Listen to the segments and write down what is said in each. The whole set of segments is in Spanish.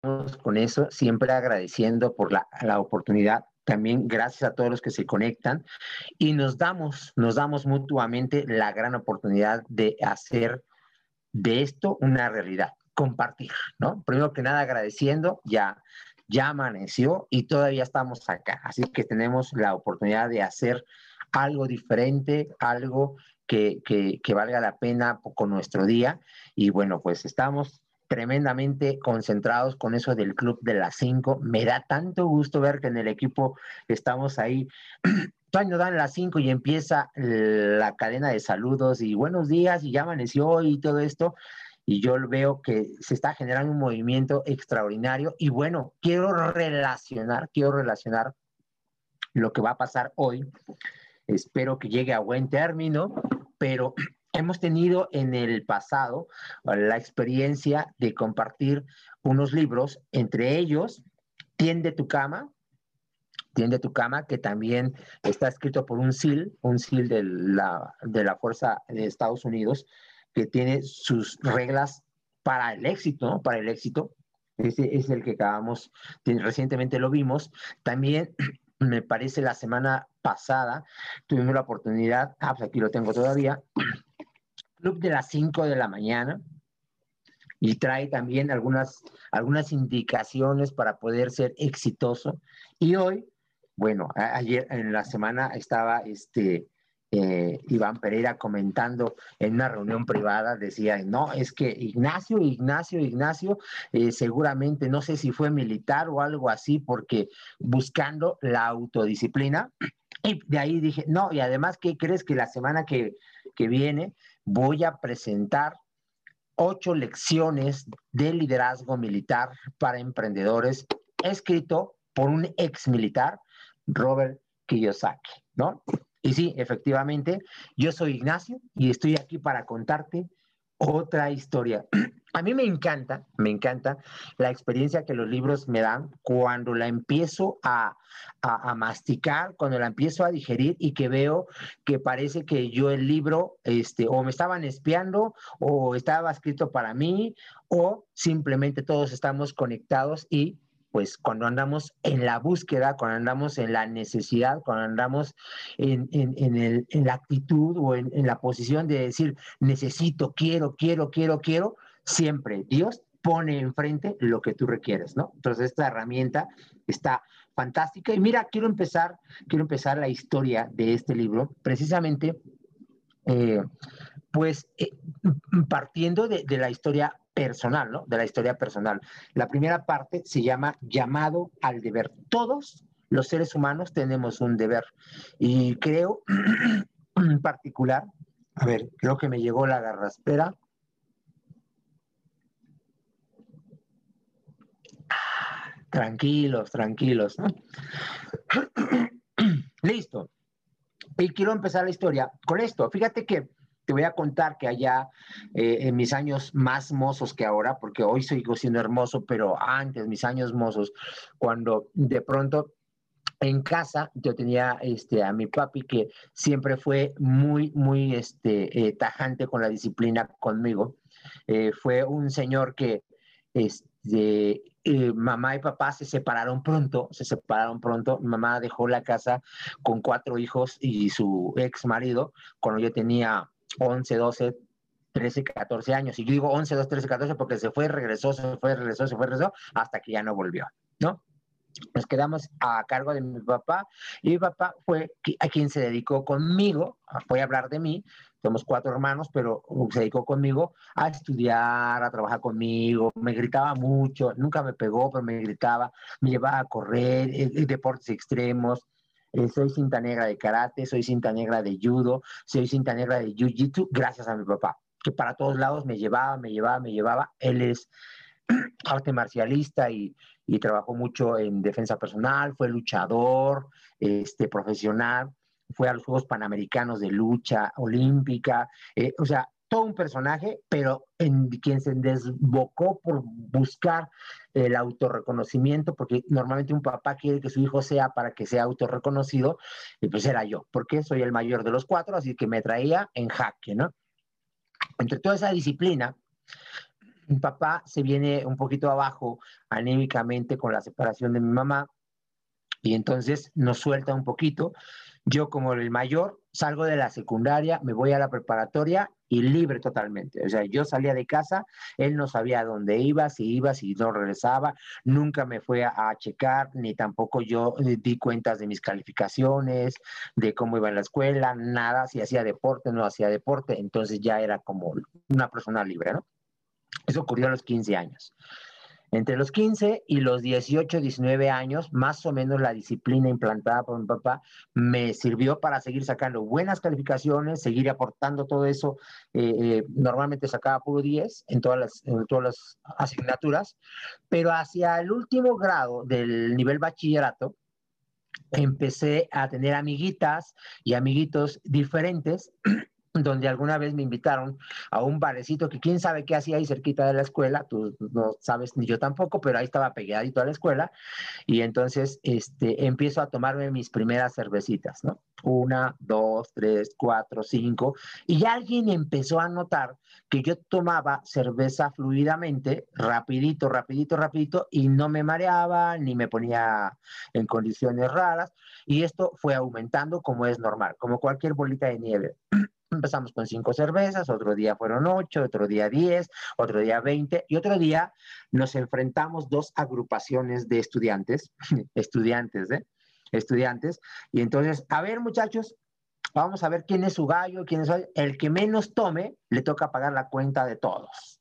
con eso, siempre agradeciendo por la oportunidad. También gracias a todos los que se conectan y nos damos mutuamente la gran oportunidad de hacer de esto una realidad, compartir, ¿no? Primero que nada agradeciendo, ya amaneció y todavía estamos acá, así que tenemos la oportunidad de hacer algo diferente, algo que valga la pena con nuestro día y bueno, pues estamos tremendamente concentrados con eso del Club de las 5. Me da tanto gusto ver que en el equipo estamos ahí. Todavía nos dan las 5 y empieza la cadena de saludos y buenos días y ya amaneció y todo esto. Y yo veo que se está generando un movimiento extraordinario. Y bueno, quiero relacionar lo que va a pasar hoy. Espero que llegue a buen término, pero hemos tenido en el pasado la experiencia de compartir unos libros, entre ellos Tiende tu cama, Tiende tu cama, que también está escrito por un SEAL de la Fuerza de Estados Unidos, que tiene sus reglas para el éxito, ¿no? Para el éxito. Ese es el que recientemente lo vimos. También me parece la semana pasada tuvimos la oportunidad, pues aquí lo tengo todavía, Club de las 5 de la mañana, y trae también algunas indicaciones para poder ser exitoso. Y hoy, bueno, ayer en la semana estaba Iván Pereira comentando en una reunión privada, decía, no, es que Ignacio, seguramente, no sé si fue militar o algo así, porque buscando la autodisciplina, y de ahí dije, no, y además, ¿qué crees? Que la semana que viene voy a presentar 8 lecciones de liderazgo militar para emprendedores, escrito por un ex militar, Robert Kiyosaki, ¿no? Y sí, efectivamente, yo soy Ignacio y estoy aquí para contarte otra historia. A mí me encanta la experiencia que los libros me dan cuando la empiezo a masticar, cuando la empiezo a digerir y que veo que parece que yo el libro, o me estaban espiando, o estaba escrito para mí, o simplemente todos estamos conectados y pues cuando andamos en la búsqueda, cuando andamos en la necesidad, cuando andamos en la actitud o en la posición de decir, necesito, quiero, siempre Dios pone enfrente lo que tú requieres, ¿no? Entonces esta herramienta está fantástica. Y mira, quiero empezar la historia de este libro precisamente eh, pues partiendo de la historia personal, ¿no? De la historia personal. La primera parte se llama Llamado al deber. Todos los seres humanos tenemos un deber. Y creo, en particular, a ver, creo que me llegó la garraspera. Tranquilos, ¿no? Listo. Y quiero empezar la historia con esto. Fíjate que te voy a contar que allá en mis años más mozos que ahora, porque hoy sigo siendo hermoso, pero antes, mis años mozos, cuando de pronto en casa yo tenía a mi papi que siempre fue muy tajante con la disciplina conmigo. Fue un señor que mamá y papá se separaron pronto. Mi mamá dejó la casa con 4 hijos y su ex marido cuando yo tenía 11, 12, 13, 14 años. Y yo digo 11, 12, 13, 14 porque se fue, regresó, hasta que ya no volvió, ¿no? Nos quedamos a cargo de mi papá y mi papá fue a quien se dedicó conmigo, voy a hablar de mí, somos 4 hermanos, pero se dedicó conmigo a estudiar, a trabajar conmigo, me gritaba mucho, nunca me pegó, pero me gritaba, me llevaba a correr, deportes extremos. Soy cinta negra de karate, soy cinta negra de judo, soy cinta negra de jiu-jitsu, gracias a mi papá, que para todos lados me llevaba. Él es arte marcialista y trabajó mucho en defensa personal, fue luchador profesional, fue a los Juegos Panamericanos de lucha olímpica, o sea, todo un personaje, pero en quien se desbocó por buscar el autorreconocimiento, porque normalmente un papá quiere que su hijo sea para que sea autorreconocido, y pues era yo, porque soy el mayor de los 4, así que me traía en jaque, ¿no? Entre toda esa disciplina, Mi papá se viene un poquito abajo anímicamente con la separación de mi mamá y entonces nos suelta un poquito. Yo como el mayor salgo de la secundaria, me voy a la preparatoria y libre totalmente. O sea, yo salía de casa, él no sabía dónde iba, si no regresaba, nunca me fue a checar, ni tampoco yo di cuentas de mis calificaciones, de cómo iba en la escuela, nada, si hacía deporte, no hacía deporte, entonces ya era como una persona libre, ¿no? Eso ocurrió a los 15 años. Entre los 15 y los 18, 19 años, más o menos la disciplina implantada por mi papá me sirvió para seguir sacando buenas calificaciones, seguir aportando todo eso. Normalmente sacaba puro 10 en todas las asignaturas, pero hacia el último grado del nivel bachillerato, empecé a tener amiguitas y amiguitos diferentes donde alguna vez me invitaron a un barecito que quién sabe qué hacía ahí cerquita de la escuela, tú no sabes ni yo tampoco, pero ahí estaba pegadito a la escuela, y entonces empiezo a tomarme mis primeras cervecitas, ¿no? Una, dos, tres, cuatro, cinco, y ya alguien empezó a notar que yo tomaba cerveza fluidamente, rapidito, rapidito, rapidito, y no me mareaba, ni me ponía en condiciones raras, y esto fue aumentando como es normal, como cualquier bolita de nieve. Empezamos con 5 cervezas, otro día fueron 8, otro día 10, otro día 20 y otro día nos enfrentamos dos agrupaciones de estudiantes, estudiantes, ¿eh? Estudiantes. Y entonces, a ver muchachos, vamos a ver quién es su gallo, quién es el que menos tome, le toca pagar la cuenta de todos.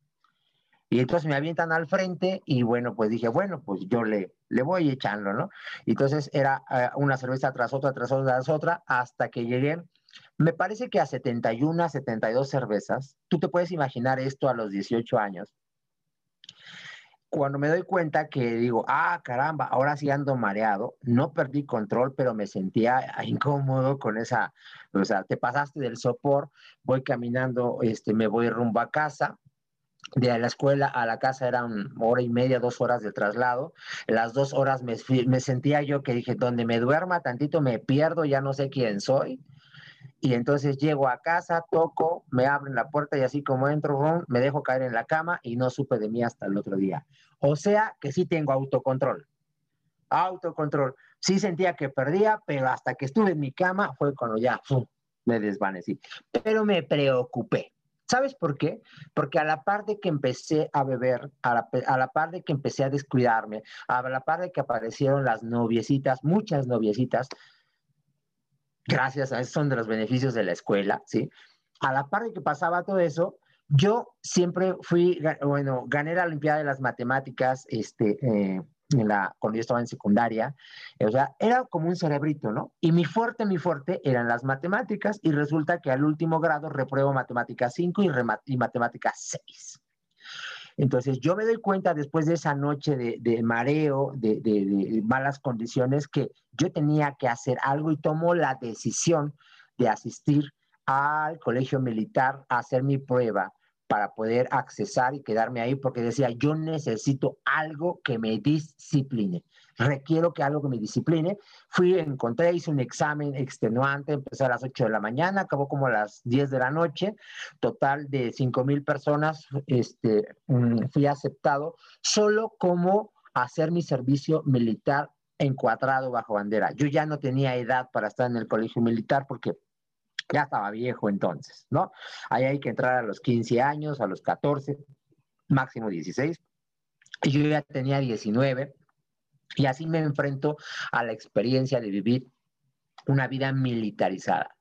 Y entonces me avientan al frente y bueno, pues dije, bueno, pues yo le voy echando, ¿no? Y entonces era una cerveza tras otra, tras otra, tras otra, hasta que llegué, me parece que a 71, 72 cervezas. Tú te puedes imaginar esto a los 18 años. Cuando me doy cuenta que digo, ah, caramba, ahora sí ando mareado, no perdí control, pero me sentía incómodo con esa, o sea, te pasaste del sopor, voy caminando, me voy rumbo a casa, de la escuela a la casa eran 1 hora y media, 2 horas de traslado. Las 2 horas me sentía yo que dije, donde me duerma tantito me pierdo, ya no sé quién soy. Y entonces llego a casa, toco, me abren la puerta y así como entro, me dejo caer en la cama y no supe de mí hasta el otro día. O sea que sí tengo autocontrol. Autocontrol. Sí sentía que perdía, pero hasta que estuve en mi cama fue cuando ya me desvanecí. Pero me preocupé. ¿Sabes por qué? Porque a la par de que empecé a beber, a la par de que empecé a descuidarme, a la par de que aparecieron las noviecitas, muchas noviecitas, gracias a eso son de los beneficios de la escuela, ¿sí? A la par de que pasaba todo eso, yo siempre fui, bueno, gané la Olimpiada de las Matemáticas, cuando yo estaba en secundaria, o sea, era como un cerebrito, ¿no? Y mi fuerte eran las matemáticas y resulta que al último grado repruebo matemáticas 5 y matemáticas 6. Entonces yo me doy cuenta después de esa noche de mareo, de malas condiciones, que yo tenía que hacer algo y tomo la decisión de asistir al colegio militar a hacer mi prueba para poder accesar y quedarme ahí, porque decía, yo necesito algo que me discipline, requiero que algo que me discipline. Fui, encontré, hice un examen extenuante, empecé a las 8 de la mañana, acabó como a las 10 de la noche, total de 5,000 personas, fui aceptado solo como hacer mi servicio militar encuadrado bajo bandera. Yo ya no tenía edad para estar en el colegio militar porque ya estaba viejo entonces, ¿no? Ahí hay que entrar a los 15 años, a los 14, máximo 16, y yo ya tenía 19, y así me enfrento a la experiencia de vivir una vida militarizada.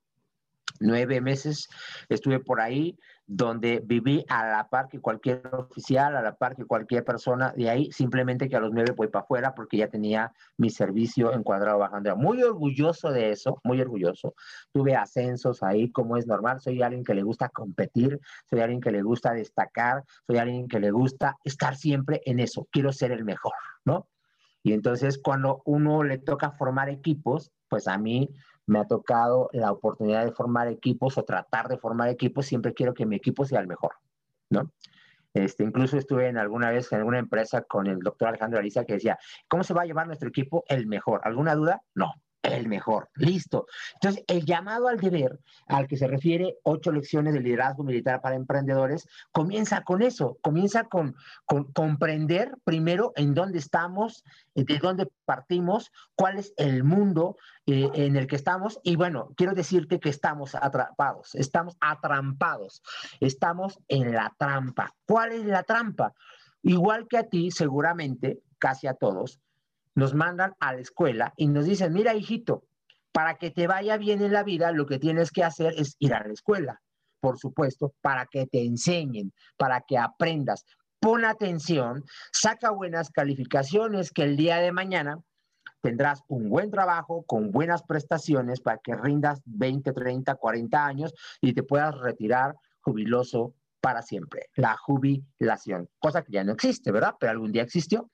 9 meses estuve por ahí, donde viví a la par que cualquier oficial, a la par que cualquier persona de ahí, simplemente que a los 9 voy para afuera porque ya tenía mi servicio encuadrado bajo bandera. Muy orgulloso de eso, muy orgulloso. Tuve ascensos ahí, como es normal. Soy alguien que le gusta competir, soy alguien que le gusta destacar, soy alguien que le gusta estar siempre en eso. Quiero ser el mejor, ¿no? Y entonces cuando uno le toca formar equipos, pues a mí me ha tocado la oportunidad de formar equipos o tratar de formar equipos, siempre quiero que mi equipo sea el mejor, ¿no? Incluso estuve en alguna vez en alguna empresa con el doctor Alejandro Ariza que decía, ¿cómo se va a llevar nuestro equipo el mejor? ¿Alguna duda? No. el mejor. Listo. Entonces, el llamado al deber, al que se refiere 8 lecciones de liderazgo militar para emprendedores, comienza con eso, comienza con comprender primero en dónde estamos, de dónde partimos, cuál es el mundo en el que estamos. Y bueno, quiero decirte que estamos atrapados, estamos atrampados, estamos en la trampa. ¿Cuál es la trampa? Igual que a ti, seguramente, casi a todos, nos mandan a la escuela y nos dicen, mira, hijito, para que te vaya bien en la vida, lo que tienes que hacer es ir a la escuela, por supuesto, para que te enseñen, para que aprendas. Pon atención, saca buenas calificaciones, que el día de mañana tendrás un buen trabajo con buenas prestaciones para que rindas 20, 30, 40 años y te puedas retirar jubiloso para siempre. La jubilación, cosa que ya no existe, ¿verdad? Pero algún día existió.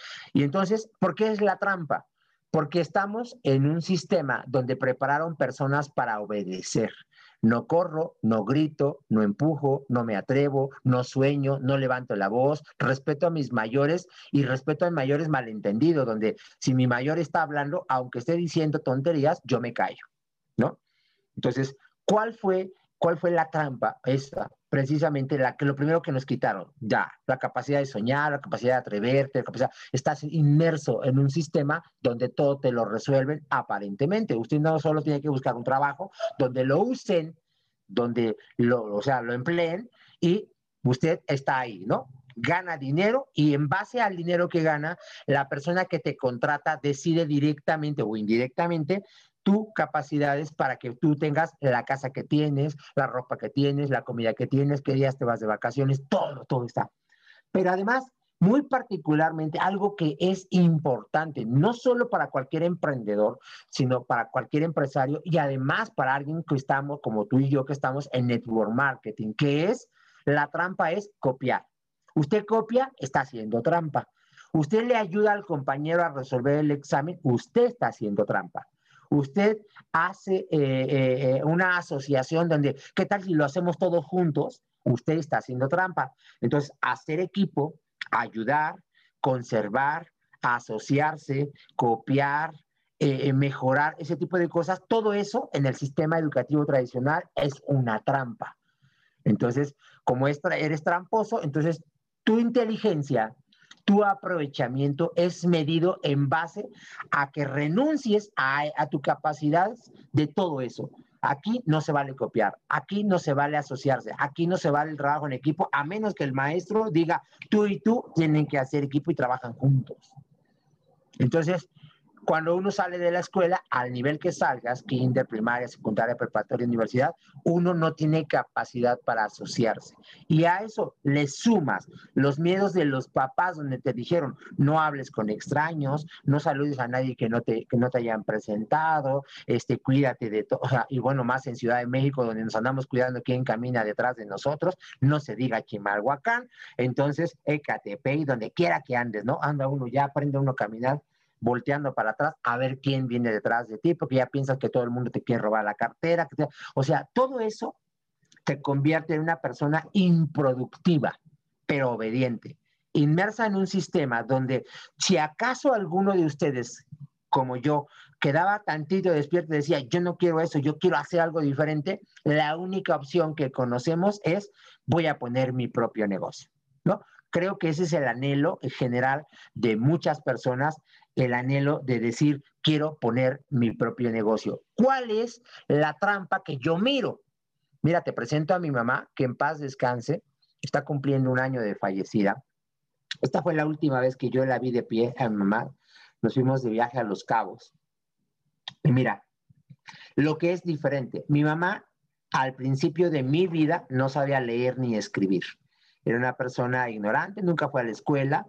Y entonces, ¿por qué es la trampa? Porque estamos en un sistema donde prepararon personas para obedecer. No corro, no grito, no empujo, no me atrevo, no sueño, no levanto la voz, respeto a mis mayores y respeto a mis mayores malentendidos, donde si mi mayor está hablando, aunque esté diciendo tonterías, yo me callo, ¿no? Entonces, ¿cuál fue la trampa? Esa, precisamente lo primero que nos quitaron, ya, la capacidad de soñar, la capacidad de atreverte, la capacidad, estás inmerso en un sistema donde todo te lo resuelven aparentemente. Usted no solo tiene que buscar un trabajo donde lo usen, donde lo empleen y usted está ahí, ¿no? Gana dinero y en base al dinero que gana, la persona que te contrata decide directamente o indirectamente tus capacidades para que tú tengas la casa que tienes, la ropa que tienes, la comida que tienes, qué días te vas de vacaciones, todo está. Pero además, muy particularmente, algo que es importante, no solo para cualquier emprendedor, sino para cualquier empresario y además para alguien que estamos, como tú y yo, que estamos en network marketing, que es, la trampa es copiar. Usted copia, está haciendo trampa. Usted le ayuda al compañero a resolver el examen, usted está haciendo trampa. Usted hace una asociación donde, ¿qué tal si lo hacemos todos juntos? Usted está haciendo trampa. Entonces, hacer equipo, ayudar, conservar, asociarse, copiar, mejorar, ese tipo de cosas, todo eso en el sistema educativo tradicional es una trampa. Entonces, como eres tramposo, entonces tu inteligencia, tu aprovechamiento es medido en base a que renuncies a tu capacidad de todo eso. Aquí no se vale copiar, aquí no se vale asociarse, aquí no se vale el trabajo en equipo, a menos que el maestro diga, tú y tú tienen que hacer equipo y trabajan juntos. Entonces, cuando uno sale de la escuela, al nivel que salgas, kinder, primaria, secundaria, preparatoria, universidad, uno no tiene capacidad para asociarse. Y a eso le sumas los miedos de los papás donde te dijeron, no hables con extraños, no saludes a nadie que no te hayan presentado, cuídate de todo. O sea, y bueno, más en Ciudad de México, donde nos andamos cuidando quién camina detrás de nosotros, no se diga Chimalhuacán, entonces Ecatepec, donde quiera que andes, ¿no? Anda uno, ya aprende uno a caminar volteando para atrás a ver quién viene detrás de ti, porque ya piensas que todo el mundo te quiere robar la cartera. O sea, todo eso te convierte en una persona improductiva, pero obediente, inmersa en un sistema donde si acaso alguno de ustedes, como yo, quedaba tantito despierto y decía, yo no quiero eso, yo quiero hacer algo diferente, la única opción que conocemos es, voy a poner mi propio negocio, ¿no? Creo que ese es el anhelo general de muchas personas, el anhelo de decir, quiero poner mi propio negocio. ¿Cuál es la trampa que yo miro? Mira, te presento a mi mamá, que en paz descanse, está cumpliendo un año de fallecida. Esta fue la última vez que yo la vi de pie a mi mamá. Nos fuimos de viaje a Los Cabos. Y mira, lo que es diferente, mi mamá al principio de mi vida no sabía leer ni escribir. Era una persona ignorante, nunca fue a la escuela,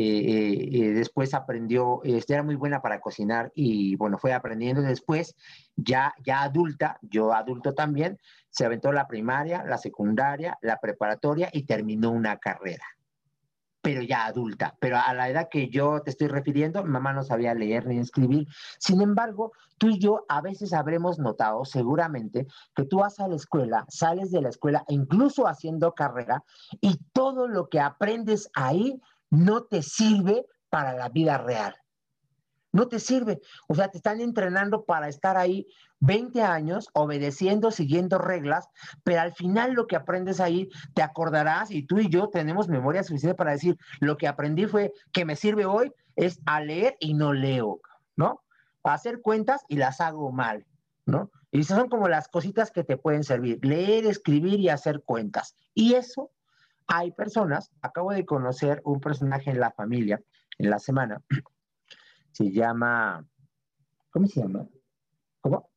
después aprendió, era muy buena para cocinar y bueno, fue aprendiendo después, ya adulta, yo adulto también, se aventó la primaria, la secundaria, la preparatoria y terminó una carrera, pero ya adulta. Pero a la edad que yo te estoy refiriendo, mi mamá no sabía leer ni escribir. Sin embargo, tú y yo a veces habremos notado, seguramente, que tú vas a la escuela, sales de la escuela, incluso haciendo carrera, y todo lo que aprendes ahí no te sirve para la vida real. no te sirve. O sea, te están entrenando para estar ahí 20 años obedeciendo, siguiendo reglas, pero al final lo que aprendes ahí te acordarás y tú y yo tenemos memoria suficiente para decir, lo que aprendí fue que me sirve hoy es a leer y no leo, ¿no? A hacer cuentas y las hago mal, ¿no? Y esas son como las cositas que te pueden servir, leer, escribir y hacer cuentas. Y eso, hay personas, acabo de conocer un personaje en la familia en la semana, se llama, ¿cómo se llama? ¿Cómo?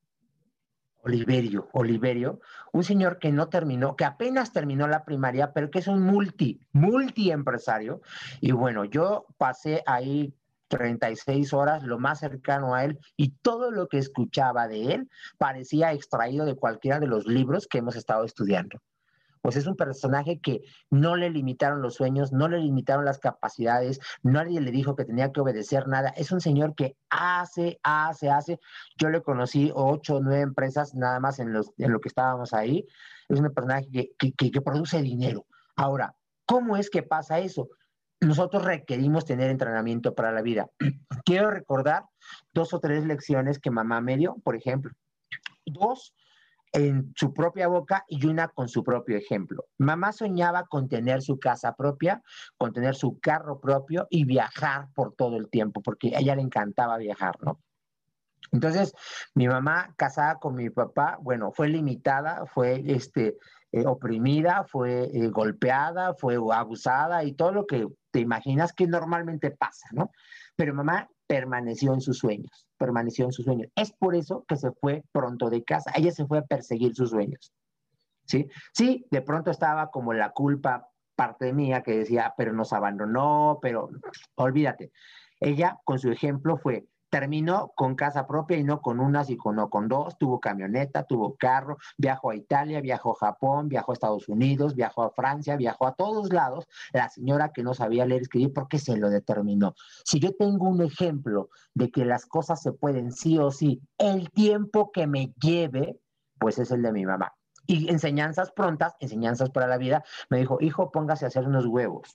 Oliverio, un señor que no terminó, que apenas terminó la primaria, pero que es un multi empresario. Y bueno, yo pasé ahí 36 horas, lo más cercano a él, y todo lo que escuchaba de él parecía extraído de cualquiera de los libros que hemos estado estudiando. Pues es un personaje que no le limitaron los sueños, no le limitaron las capacidades, nadie le dijo que tenía que obedecer nada. Es un señor que hace. Yo le conocí 8 o 9 empresas nada más en lo que estábamos ahí. Es un personaje que produce dinero. Ahora, ¿cómo es que pasa eso? Nosotros requerimos tener entrenamiento para la vida. Quiero recordar 2 o 3 lecciones que mamá me dio, por ejemplo. Dos en su propia boca y una con su propio ejemplo. Mamá soñaba con tener su casa propia, con tener su carro propio y viajar por todo el tiempo, porque a ella le encantaba viajar, ¿no? Entonces, mi mamá casada con mi papá, bueno, fue limitada, fue oprimida, fue golpeada, fue abusada y todo lo que te imaginas que normalmente pasa, ¿no? Pero mamá permaneció en sus sueños, permaneció en sus sueños. Es por eso que se fue pronto de casa. Ella se fue a perseguir sus sueños, ¿sí? Sí, de pronto estaba como la culpa parte mía que decía, pero nos abandonó, pero olvídate. Ella, con su ejemplo, terminó con casa propia y no con una, sino con dos, tuvo camioneta, tuvo carro, viajó a Italia, viajó a Japón, viajó a Estados Unidos, viajó a Francia, viajó a todos lados, la señora que no sabía leer y escribir porque se lo determinó. Si yo tengo un ejemplo de que las cosas se pueden sí o sí, el tiempo que me lleve, pues es el de mi mamá. Y enseñanzas prontas, enseñanzas para la vida, me dijo, hijo, póngase a hacer unos huevos.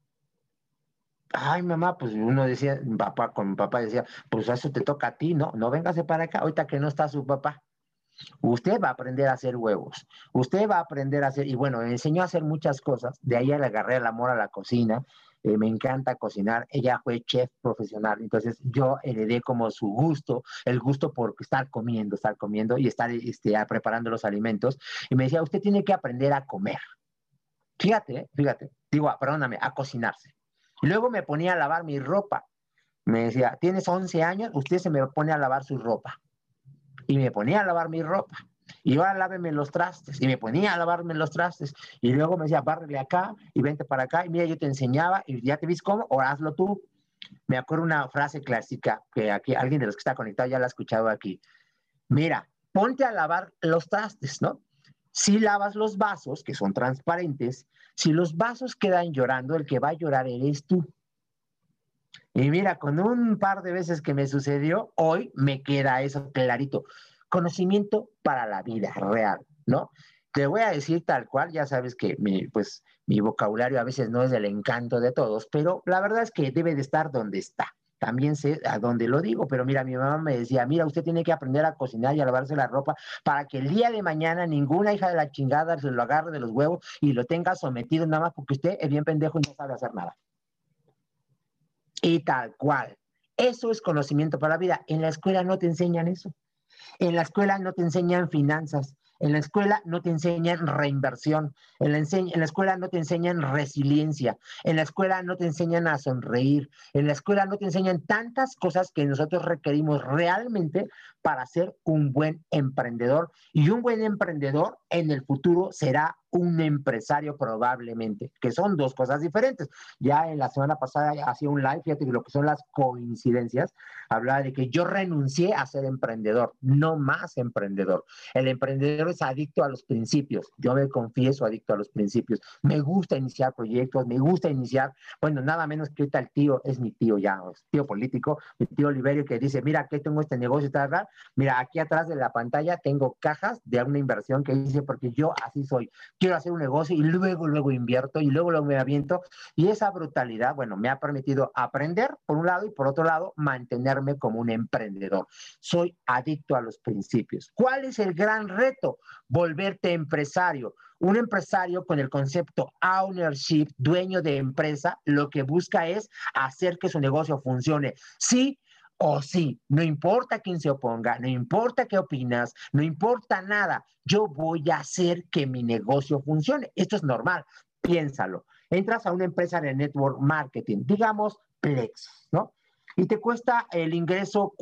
Ay, mamá, pues uno decía, mi papá decía, pues eso te toca a ti, ¿no? No véngase para acá, ahorita que no está su papá. Usted va a aprender a hacer huevos, usted va a aprender a hacer, y bueno, me enseñó a hacer muchas cosas, de ahí le agarré el amor a la cocina, me encanta cocinar, ella fue chef profesional, entonces yo heredé como su gusto, el gusto por estar comiendo y estar preparando los alimentos, y me decía, usted tiene que aprender a comer, fíjate, digo, perdóname, a cocinarse. Y luego me ponía a lavar mi ropa, me decía, tienes 11 años, usted se me pone a lavar su ropa y me ponía a lavar mi ropa. Y ahora láveme los trastes. Y me ponía a lavarme los trastes. Y luego me decía, bárrele acá y vente para acá. Y mira, yo te enseñaba y ya te vis cómo, ahora hazlo tú. Me acuerdo una frase clásica que aquí alguien de los que está conectado ya la ha escuchado aquí. Mira, ponte a lavar los trastes, ¿no? Si lavas los vasos, que son transparentes, si los vasos quedan llorando, el que va a llorar eres tú. Y mira, con un par de veces que me sucedió, hoy me queda eso clarito. Conocimiento para la vida real, ¿no? Te voy a decir tal cual, ya sabes que pues, mi vocabulario a veces no es del encanto de todos, pero la verdad es que debe de estar donde está. También sé a dónde lo digo, pero mira, mi mamá me decía, mira, usted tiene que aprender a cocinar y a lavarse la ropa para que el día de mañana ninguna hija de la chingada se lo agarre de los huevos y lo tenga sometido nada más porque usted es bien pendejo y no sabe hacer nada. Y tal cual. Eso es conocimiento para la vida. En la escuela no te enseñan eso. En la escuela no te enseñan finanzas. En la escuela no te enseñan reinversión. En la escuela no te enseñan resiliencia. En la escuela no te enseñan a sonreír. En la escuela no te enseñan tantas cosas que nosotros requerimos realmente para ser un buen emprendedor. Y un buen emprendedor en el futuro será un empresario probablemente, que son dos cosas diferentes. Ya en la semana pasada hacía un live, fíjate que lo que son las coincidencias, hablaba de que yo renuncié a ser emprendedor, no más emprendedor. El emprendedor es adicto a los principios. Yo me confieso adicto a los principios. Me gusta iniciar proyectos, me gusta iniciar, bueno, nada menos que ahorita el tío, es mi tío ya, es tío político, mi tío Oliverio que dice, mira, aquí tengo este negocio, tal. Mira, aquí atrás de la pantalla tengo cajas de una inversión que hice porque yo así soy. quiero hacer un negocio y luego invierto y luego me aviento. Y esa brutalidad, bueno, me ha permitido aprender por un lado y por otro lado mantenerme como un emprendedor. Soy adicto a los principios. ¿Cuál es el gran reto? Volverte empresario. Un empresario con el concepto ownership, dueño de empresa, lo que busca es hacer que su negocio funcione. Sí o sí, no importa quién se oponga, no importa qué opinas, no importa nada, yo voy a hacer que mi negocio funcione. Esto es normal, piénsalo. Entras a una empresa de network marketing, digamos Plexus, ¿no? Y te cuesta el ingreso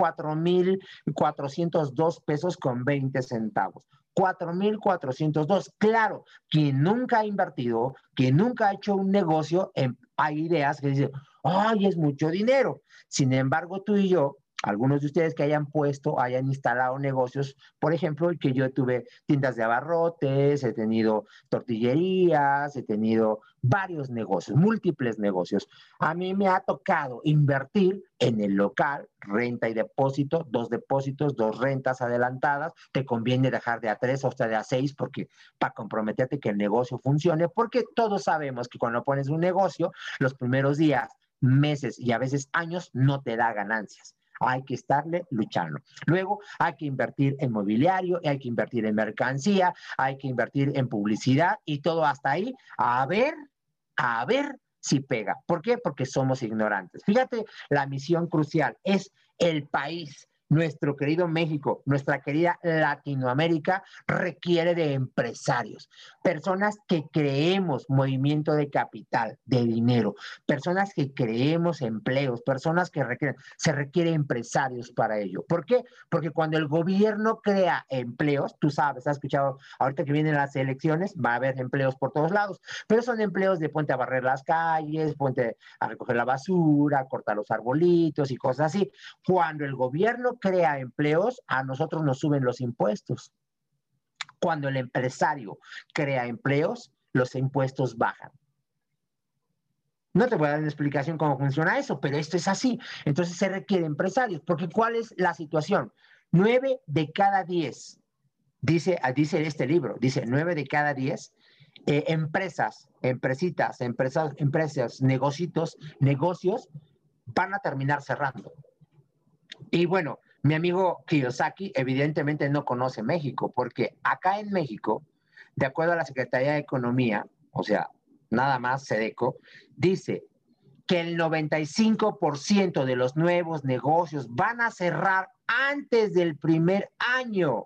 4,402 pesos con 20 centavos. 4,402. Claro, quien nunca ha invertido, quien nunca ha hecho un negocio, hay ideas que dicen, ay, es mucho dinero. Sin embargo, tú y yo, algunos de ustedes que hayan puesto, hayan instalado negocios, por ejemplo, que yo tuve tiendas de abarrotes, he tenido tortillerías, he tenido varios negocios, múltiples negocios. A mí me ha tocado invertir en el local, renta y depósito, dos depósitos, dos rentas adelantadas. Te conviene dejar de a 3 o hasta de a 6 porque para comprometerte que el negocio funcione, porque todos sabemos que cuando pones un negocio, los primeros días, meses y a veces años no te da ganancias. Hay que estarle luchando. Luego hay que invertir en mobiliario, hay que invertir en mercancía, hay que invertir en publicidad y todo hasta ahí. A ver si pega. ¿Por qué? Porque somos ignorantes. Fíjate, la misión crucial es el país. Nuestro querido México, nuestra querida Latinoamérica requiere de empresarios, personas que creemos movimiento de capital, de dinero, personas que creemos empleos, personas que se requieren empresarios para ello. ¿Por qué? Porque cuando el gobierno crea empleos, tú sabes, has escuchado, ahorita que vienen las elecciones, va a haber empleos por todos lados, pero son empleos de ponte a barrer las calles, ponte a recoger la basura, a cortar los arbolitos y cosas así. Cuando el gobierno crea empleos, a nosotros nos suben los impuestos. Cuando el empresario crea empleos, los impuestos bajan. No te voy a dar una explicación cómo funciona eso, pero esto es así. Entonces se requiere empresarios, porque ¿cuál es la situación? 9 de cada 10, dice este libro, dice 9 de cada 10 empresas, negocios van a terminar cerrando. Y bueno, mi amigo Kiyosaki evidentemente no conoce México, porque acá en México, de acuerdo a la Secretaría de Economía, o sea, nada más SEDECO, dice que el 95% de los nuevos negocios van a cerrar antes del primer año.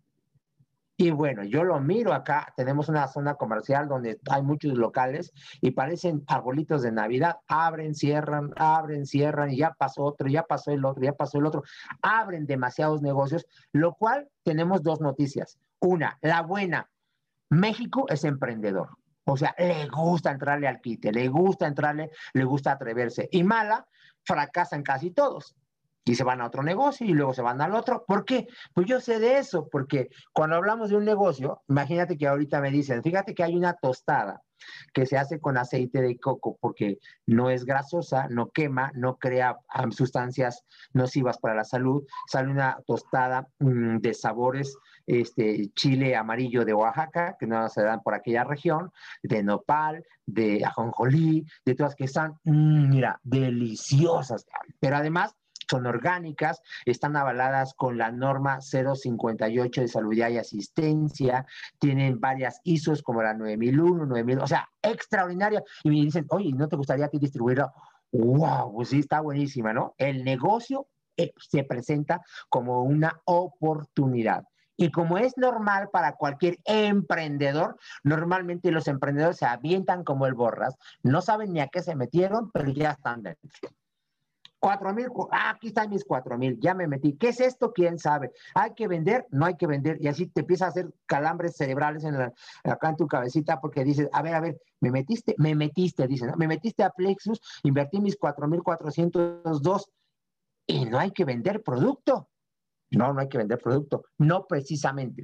Y bueno, yo lo miro acá, tenemos una zona comercial donde hay muchos locales y parecen arbolitos de Navidad, abren, cierran, y ya pasó otro, ya pasó el otro, ya pasó el otro, abren demasiados negocios, lo cual tenemos dos noticias. Una, la buena, México es emprendedor, o sea, le gusta entrarle al quite, le gusta entrarle, le gusta atreverse. Y mala, fracasan casi todos y se van a otro negocio y luego se van al otro. ¿Por qué? Pues yo sé de eso, porque cuando hablamos de un negocio, imagínate que ahorita me dicen, fíjate que hay una tostada que se hace con aceite de coco porque no es grasosa, no quema, no crea sustancias nocivas para la salud. Sale una tostada de sabores, chile amarillo de Oaxaca, que no se dan por aquella región, de nopal, de ajonjolí, de todas que están, mira, deliciosas. Pero además son orgánicas, están avaladas con la norma 058 de salubridad y asistencia, tienen varias ISOs como la 9001, 9000, o sea, extraordinaria. Y me dicen, oye, ¿no te gustaría a ti distribuirla? ¡Wow! Pues sí, está buenísima, ¿no? El negocio se presenta como una oportunidad. Y como es normal para cualquier emprendedor, normalmente los emprendedores se avientan como el borras, no saben ni a qué se metieron, pero ya están dentro. 4,000, aquí están mis 4,000, ya me metí. ¿Qué es esto? ¿Quién sabe? ¿Hay que vender? No hay que vender. Y así te empieza a hacer calambres cerebrales acá en tu cabecita porque dices, a ver, me metiste, dicen, ¿no? Me metiste a Plexus, invertí mis 4,402 y no hay que vender producto. No hay que vender producto. No precisamente.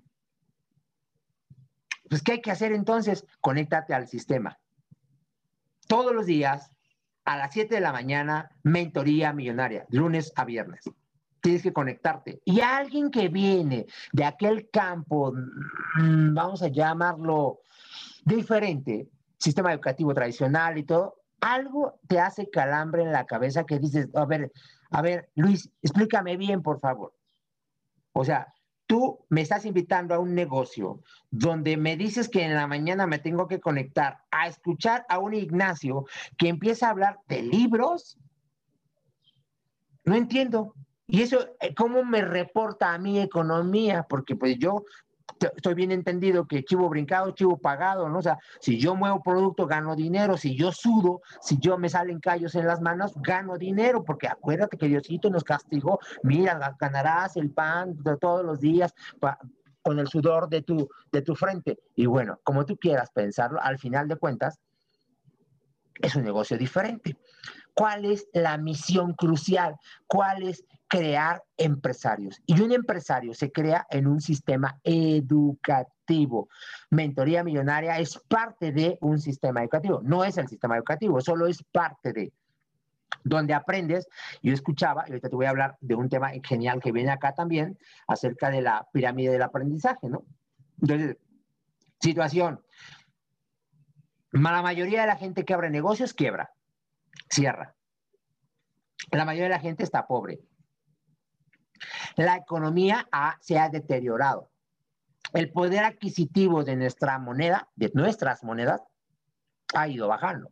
Pues, ¿qué hay que hacer entonces? Conéctate al sistema. Todos los días, a las 7 de la mañana, mentoría millonaria, lunes a viernes. Tienes que conectarte. Y alguien que viene de aquel campo, vamos a llamarlo diferente, sistema educativo tradicional y todo, algo te hace calambre en la cabeza que dices, a ver, Luis, explícame bien, por favor. O sea, tú me estás invitando a un negocio donde me dices que en la mañana me tengo que conectar a escuchar a un Ignacio que empieza a hablar de libros. No entiendo. Y eso, ¿cómo me reporta a mi economía? Porque pues yo estoy bien entendido que chivo brincado, chivo pagado, ¿no? O sea, si yo muevo producto, gano dinero, si yo sudo, si yo me salen callos en las manos, gano dinero, porque acuérdate que Diosito nos castigó, mira, ganarás el pan de todos los días con el sudor de tu frente. Y bueno, como tú quieras pensarlo, al final de cuentas, es un negocio diferente. ¿Cuál es la misión crucial? ¿Cuál es crear empresarios? Y un empresario se crea en un sistema educativo. Mentoría Millonaria es parte de un sistema educativo. No es el sistema educativo, solo es parte de donde aprendes. Yo escuchaba, y ahorita te voy a hablar de un tema genial que viene acá también, acerca de la pirámide del aprendizaje, ¿no? Entonces, situación. La mayoría de la gente que abre negocios quiebra, cierra. La mayoría de la gente está pobre. La economía se ha deteriorado. El poder adquisitivo de nuestra moneda, de nuestras monedas, ha ido bajando.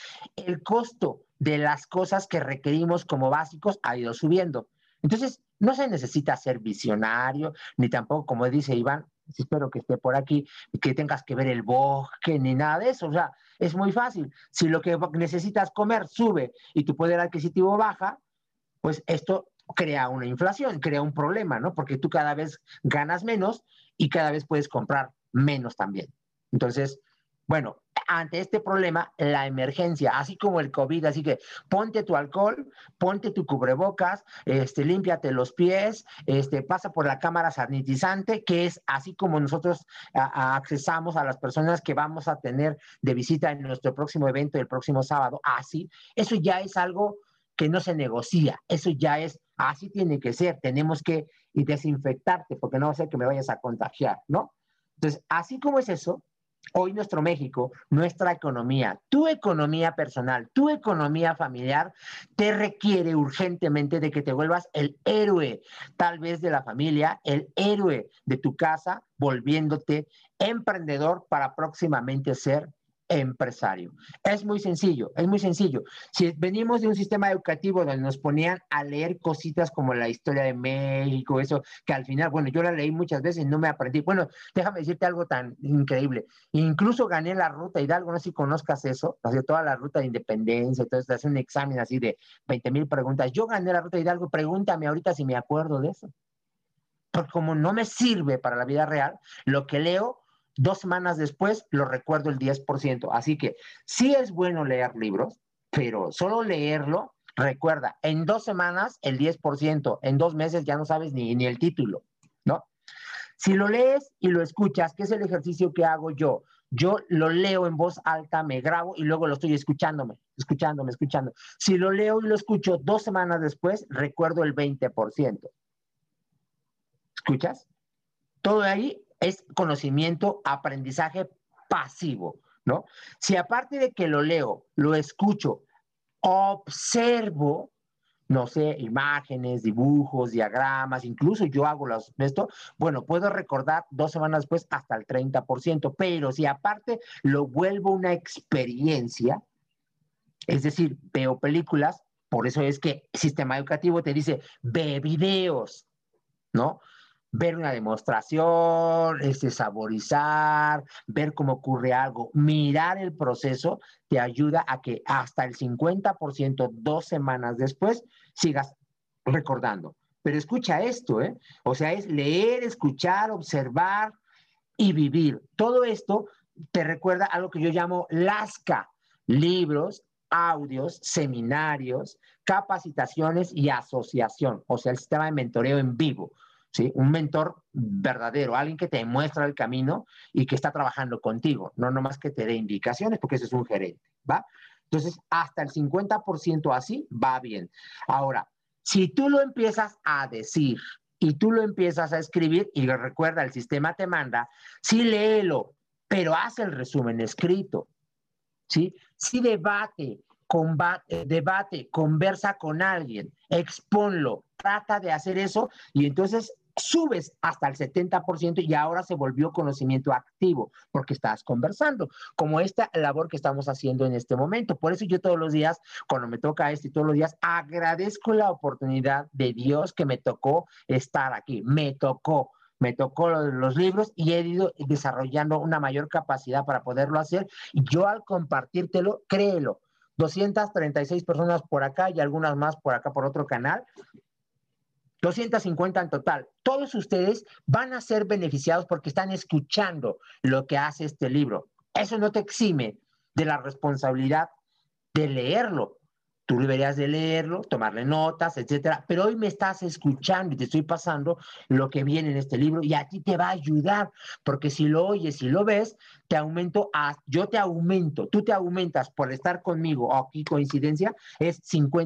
El costo de las cosas que requerimos como básicos ha ido subiendo. Entonces, no se necesita ser visionario, ni tampoco, como dice Iván, espero que esté por aquí, que tengas que ver el bosque, ni nada de eso. O sea, es muy fácil. Si lo que necesitas comer sube y tu poder adquisitivo baja, pues esto crea una inflación, crea un problema, ¿no? Porque tú cada vez ganas menos y cada vez puedes comprar menos también. Entonces, bueno, ante este problema, la emergencia, así como el COVID, así que ponte tu alcohol, ponte tu cubrebocas, límpiate los pies, pasa por la cámara sanitizante, que es así como nosotros accesamos a las personas que vamos a tener de visita en nuestro próximo evento el próximo sábado, así, eso ya es algo que no se negocia, eso ya es, así tiene que ser, tenemos que desinfectarte porque no va a ser que me vayas a contagiar, ¿no? Entonces, así como es eso, hoy nuestro México, nuestra economía, tu economía personal, tu economía familiar, te requiere urgentemente de que te vuelvas el héroe, tal vez de la familia, el héroe de tu casa, volviéndote emprendedor para próximamente ser empresario. Es muy sencillo, es muy sencillo. Si venimos de un sistema educativo donde nos ponían a leer cositas como la historia de México, eso que al final, bueno, yo la leí muchas veces y no me aprendí. Bueno, déjame decirte algo tan increíble. Incluso gané la ruta Hidalgo, no sé si conozcas eso, o sea, toda la ruta de independencia, entonces te hace un examen así de 20,000 preguntas. Yo gané la ruta Hidalgo, pregúntame ahorita si me acuerdo de eso. Porque como no me sirve para la vida real, lo que leo 2 semanas después lo recuerdo el 10%. Así que sí es bueno leer libros, pero solo leerlo, recuerda, en 2 semanas el 10%, en 2 meses ya no sabes ni el título, ¿no? Si lo lees y lo escuchas, que es el ejercicio que hago yo lo leo en voz alta, me grabo y luego lo estoy escuchando. Si lo leo y lo escucho 2 semanas después, recuerdo el 20%. ¿Escuchas? Todo ahí es conocimiento, aprendizaje pasivo, ¿no? Si aparte de que lo leo, lo escucho, observo, no sé, imágenes, dibujos, diagramas, incluso yo hago esto, bueno, puedo recordar 2 semanas después hasta el 30%, pero si aparte lo vuelvo una experiencia, es decir, veo películas, por eso es que el sistema educativo te dice, ve videos, ¿no? Ver una demostración, saborizar, ver cómo ocurre algo, mirar el proceso, te ayuda a que hasta el 50%, 2 semanas después, sigas recordando. Pero escucha esto, ¿eh? O sea, es leer, escuchar, observar y vivir. Todo esto te recuerda a lo que yo llamo LASCA, libros, audios, seminarios, capacitaciones y asociación, o sea, el sistema de mentoreo en vivo. ¿Sí? Un mentor verdadero, alguien que te muestra el camino y que está trabajando contigo, no nomás que te dé indicaciones, porque ese es un gerente, ¿va? Entonces, hasta el 50% así va bien. Ahora, si tú lo empiezas a decir y tú lo empiezas a escribir, y recuerda, el sistema te manda, sí léelo, pero haz el resumen escrito, ¿sí? Sí, debate, conversa con alguien, exponlo, trata de hacer eso y entonces subes hasta el 70% y ahora se volvió conocimiento activo porque estás conversando, como esta labor que estamos haciendo en este momento. Por eso yo todos los días, cuando me toca esto y todos los días, agradezco la oportunidad de Dios que me tocó estar aquí, me tocó los libros y he ido desarrollando una mayor capacidad para poderlo hacer. Y yo al compartírtelo, créelo, 236 personas por acá y algunas más por acá por otro canal, 250 en total. Todos ustedes van a ser beneficiados porque están escuchando lo que hace este libro. Eso no te exime de la responsabilidad de leerlo. Tú deberías de leerlo, tomarle notas, etcétera, pero hoy me estás escuchando y te estoy pasando lo que viene en este libro y a ti te va a ayudar, porque si lo oyes y lo ves, yo te aumento, tú te aumentas por estar conmigo, o aquí coincidencia, es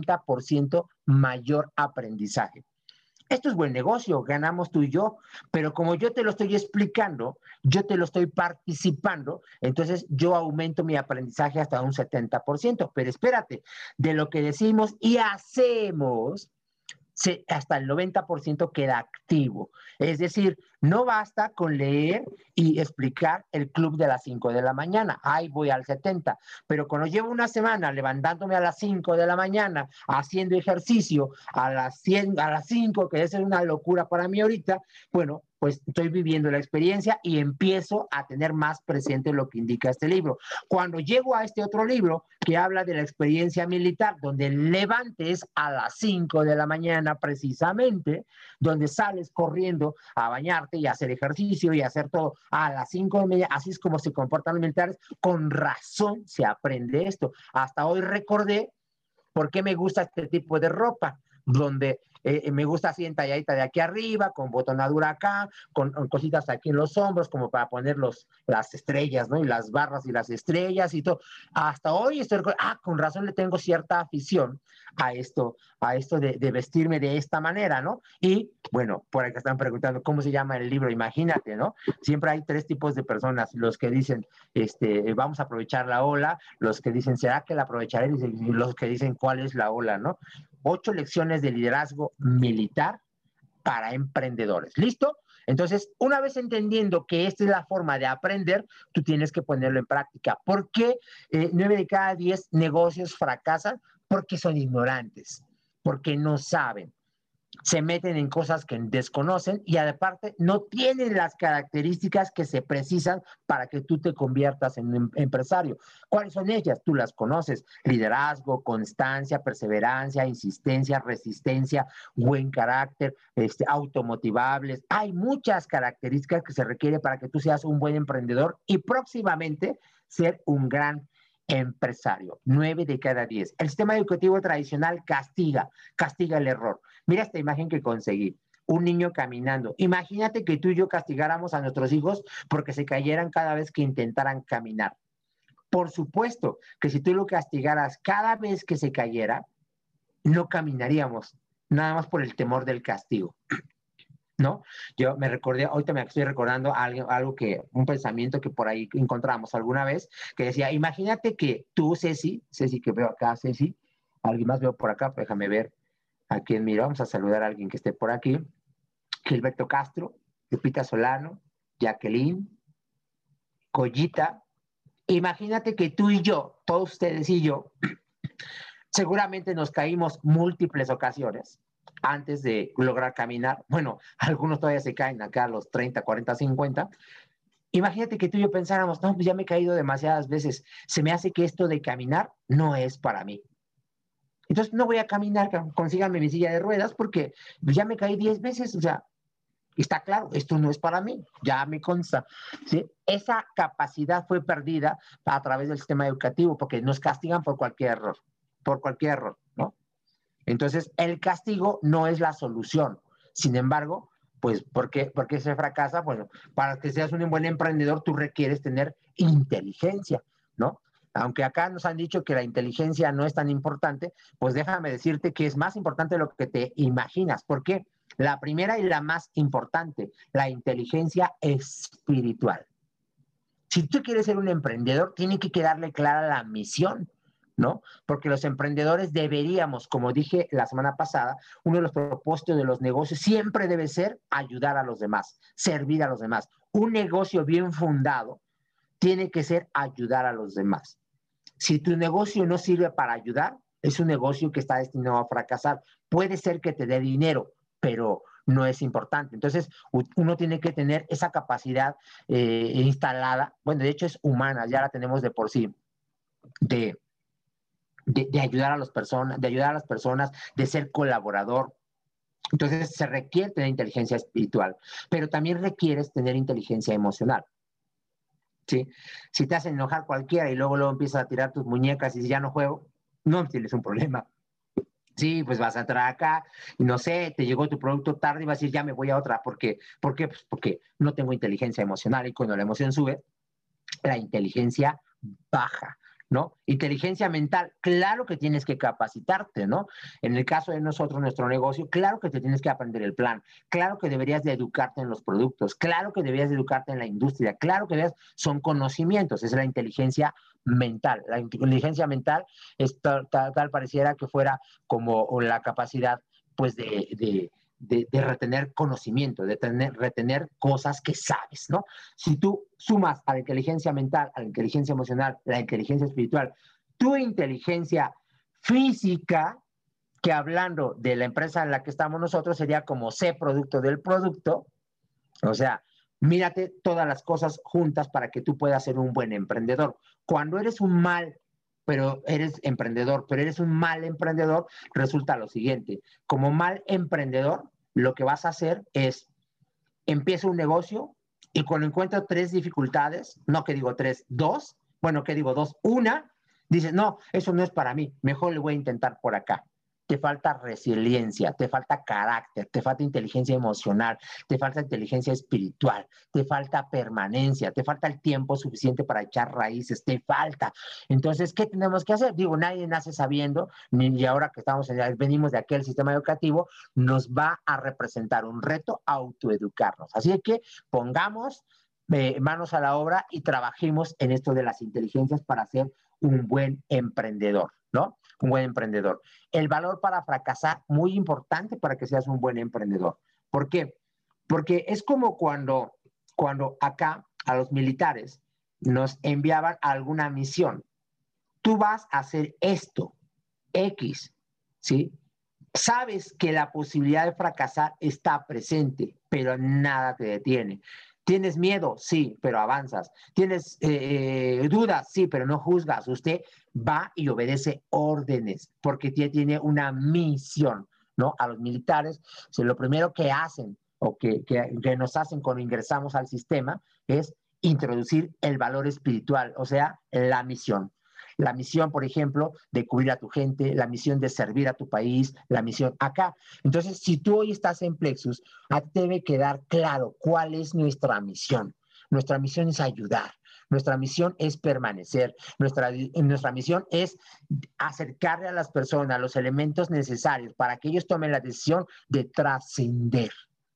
50% mayor aprendizaje. Esto es buen negocio, ganamos tú y yo, pero como yo te lo estoy explicando, yo te lo estoy participando, entonces yo aumento mi aprendizaje hasta un 70%. Pero espérate, de lo que decimos y hacemos, hasta el 90% queda activo. Es decir, no basta con leer y explicar el club de las 5 de la mañana. Ahí voy al 70. Pero cuando llevo una semana levantándome a las 5 de la mañana, haciendo ejercicio a las 100, a las 5, que es una locura para mí ahorita, bueno, pues estoy viviendo la experiencia y empiezo a tener más presente lo que indica este libro. Cuando llego a este otro libro que habla de la experiencia militar, donde el levante es a las 5 de la mañana precisamente, donde sales corriendo a bañarte y a hacer ejercicio y a hacer todo a las 5:30, así es como se comportan los militares, con razón se aprende esto. Hasta hoy recordé por qué me gusta este tipo de ropa, donde me gusta así entalladita de aquí arriba, con botonadura acá, con cositas aquí en los hombros, como para poner las estrellas, ¿no? Y las barras y las estrellas y todo. Hasta hoy con razón le tengo cierta afición a esto de vestirme de esta manera, ¿no? Y bueno, por acá están preguntando cómo se llama el libro, imagínate, ¿no? Siempre hay tres tipos de personas, los que dicen, vamos a aprovechar la ola, los que dicen, ¿será que la aprovecharé? Y los que dicen, ¿cuál es la ola, no? 8 lecciones de liderazgo militar para emprendedores. ¿Listo? Entonces, una vez entendiendo que esta es la forma de aprender, tú tienes que ponerlo en práctica. ¿Por qué 9 de cada 10 negocios fracasan? Porque son ignorantes, porque no saben, se meten en cosas que desconocen y aparte no tienen las características que se precisan para que tú te conviertas en un empresario. ¿Cuáles son ellas? Tú las conoces: liderazgo, constancia, perseverancia, insistencia, resistencia, buen carácter, automotivables. Hay muchas características que se requiere para que tú seas un buen emprendedor y próximamente ser un gran empresario. 9 de cada 10. El sistema educativo tradicional castiga el error. Mira esta imagen que conseguí. Un niño caminando. Imagínate que tú y yo castigáramos a nuestros hijos porque se cayeran cada vez que intentaran caminar. Por supuesto que si tú lo castigaras cada vez que se cayera, no caminaríamos, nada más por el temor del castigo, ¿no? Yo me recordé, ahorita me estoy recordando un pensamiento que por ahí encontramos alguna vez, que decía, imagínate que tú, Ceci, que veo acá, Ceci, alguien más veo por acá, déjame ver a quién miro, vamos a saludar a alguien que esté por aquí: Gilberto Castro, Lupita Solano, Jacqueline, Collita. Imagínate que tú y yo, todos ustedes y yo, seguramente nos caímos múltiples ocasiones antes de lograr caminar. Bueno, algunos todavía se caen acá a los 30, 40, 50. Imagínate que tú y yo pensáramos, no, pues ya me he caído demasiadas veces, se me hace que esto de caminar no es para mí. Entonces no voy a caminar, consíganme mi silla de ruedas porque ya me caí 10 veces, o sea, está claro, esto no es para mí, ya me consta, ¿sí? Esa capacidad fue perdida a través del sistema educativo porque nos castigan por cualquier error, ¿no? Entonces, el castigo no es la solución. Sin embargo, pues, ¿por qué se fracasa? Bueno, para que seas un buen emprendedor, tú requieres tener inteligencia, ¿no? Aunque acá nos han dicho que la inteligencia no es tan importante, pues déjame decirte que es más importante de lo que te imaginas. ¿Por qué? La primera y la más importante, la inteligencia espiritual. Si tú quieres ser un emprendedor, tiene que quedarle clara la misión, ¿no? Porque los emprendedores deberíamos, como dije la semana pasada, uno de los propósitos de los negocios siempre debe ser ayudar a los demás, servir a los demás. Un negocio bien fundado tiene que ser ayudar a los demás. Si tu negocio no sirve para ayudar, es un negocio que está destinado a fracasar. Puede ser que te dé dinero, pero no es importante. Entonces, uno tiene que tener esa capacidad instalada, bueno, de hecho es humana, ya la tenemos de por sí, de, de ayudar a las personas, de ser colaborador. Entonces, se requiere tener inteligencia espiritual, pero también requieres tener inteligencia emocional. ¿Sí? Si te hacen enojar cualquiera y luego empiezas a tirar tus muñecas y ya no juego, no tienes un problema. Sí, pues vas a entrar acá y no sé, te llegó tu producto tarde y vas a decir, ya me voy a otra. ¿Por qué? Pues porque no tengo inteligencia emocional y cuando la emoción sube, la inteligencia baja, ¿no? Inteligencia mental, claro que tienes que capacitarte, ¿no? En el caso de nosotros, nuestro negocio, claro que te tienes que aprender el plan, claro que deberías de educarte en los productos, claro que deberías de educarte en la industria, claro que son conocimientos, es la inteligencia mental. La inteligencia mental es tal pareciera que fuera como la capacidad, pues, de retener conocimiento, de retener cosas que sabes, ¿no? Si tú sumas a la inteligencia mental, a la inteligencia emocional, la inteligencia espiritual, tu inteligencia física, que hablando de la empresa en la que estamos nosotros, sería como sé producto del producto, o sea, mírate todas las cosas juntas para que tú puedas ser un buen emprendedor. Cuando eres un mal pero eres emprendedor, pero eres un mal emprendedor, resulta lo siguiente, como mal emprendedor, lo que vas a hacer es, empiezo un negocio y cuando encuentro 3 dificultades, no que digo 3, 2, bueno, que digo 2, una, dices, no, eso no es para mí, mejor le voy a intentar por acá. Te falta resiliencia, te falta carácter, te falta inteligencia emocional, te falta inteligencia espiritual, te falta permanencia, te falta el tiempo suficiente para echar raíces, te falta. Entonces, ¿qué tenemos que hacer? Digo, nadie nace sabiendo, y ahora que venimos de aquel sistema educativo, nos va a representar un reto autoeducarnos. Así que pongamos manos a la obra y trabajemos en esto de las inteligencias para ser un buen emprendedor, ¿no? Un buen emprendedor. El valor para fracasar, muy importante para que seas un buen emprendedor. ¿Por qué? Porque es como cuando acá a los militares nos enviaban a alguna misión. Tú vas a hacer esto, X, ¿sí? Sabes que la posibilidad de fracasar está presente, pero nada te detiene. ¿Tienes miedo? Sí, pero avanzas. ¿Tienes dudas? Sí, pero no juzgas. Usted va y obedece órdenes porque tiene una misión, ¿no? A los militares, lo primero que hacen o que nos hacen cuando ingresamos al sistema es introducir el valor espiritual, o sea, la misión. La misión, por ejemplo, de cubrir a tu gente, la misión de servir a tu país, la misión acá. Entonces, si tú hoy estás en Plexus, debe quedar claro cuál es nuestra misión. Nuestra misión es ayudar. Nuestra misión es permanecer. Nuestra misión es acercarle a las personas los elementos necesarios para que ellos tomen la decisión de trascender.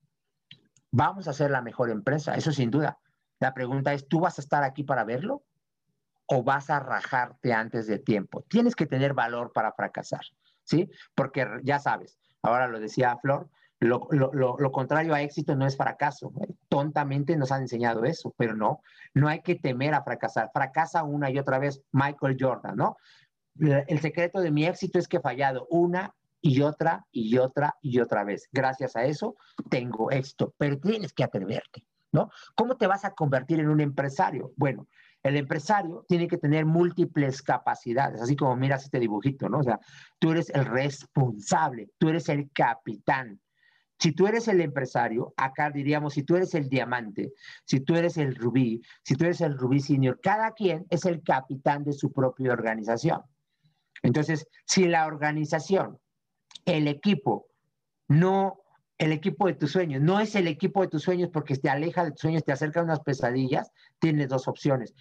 Vamos a ser la mejor empresa, eso sin duda. La pregunta es, ¿tú vas a estar aquí para verlo? ¿O vas a rajarte antes de tiempo? Tienes que tener valor para fracasar, ¿sí? Porque ya sabes, ahora lo decía Flor, lo contrario a éxito no es fracaso. Tontamente nos han enseñado eso, pero no hay que temer a fracasar. Fracasa una y otra vez. Michael Jordan, ¿no? El secreto de mi éxito es que he fallado una y otra y otra y otra vez. Gracias a eso tengo éxito, pero tienes que atreverte, ¿no? ¿Cómo te vas a convertir en un empresario? Bueno, el empresario tiene que tener múltiples capacidades, así como miras este dibujito, ¿no? O sea, tú eres el responsable, tú eres el capitán. Si tú eres el empresario, acá diríamos, si tú eres el diamante, si tú eres el rubí, si tú eres el rubí senior, cada quien es el capitán de su propia organización. Entonces, si la organización, el equipo, no, el equipo de tus sueños, no es el equipo de tus sueños porque te aleja de tus sueños, te acerca a unas pesadillas, tienes 2 opciones.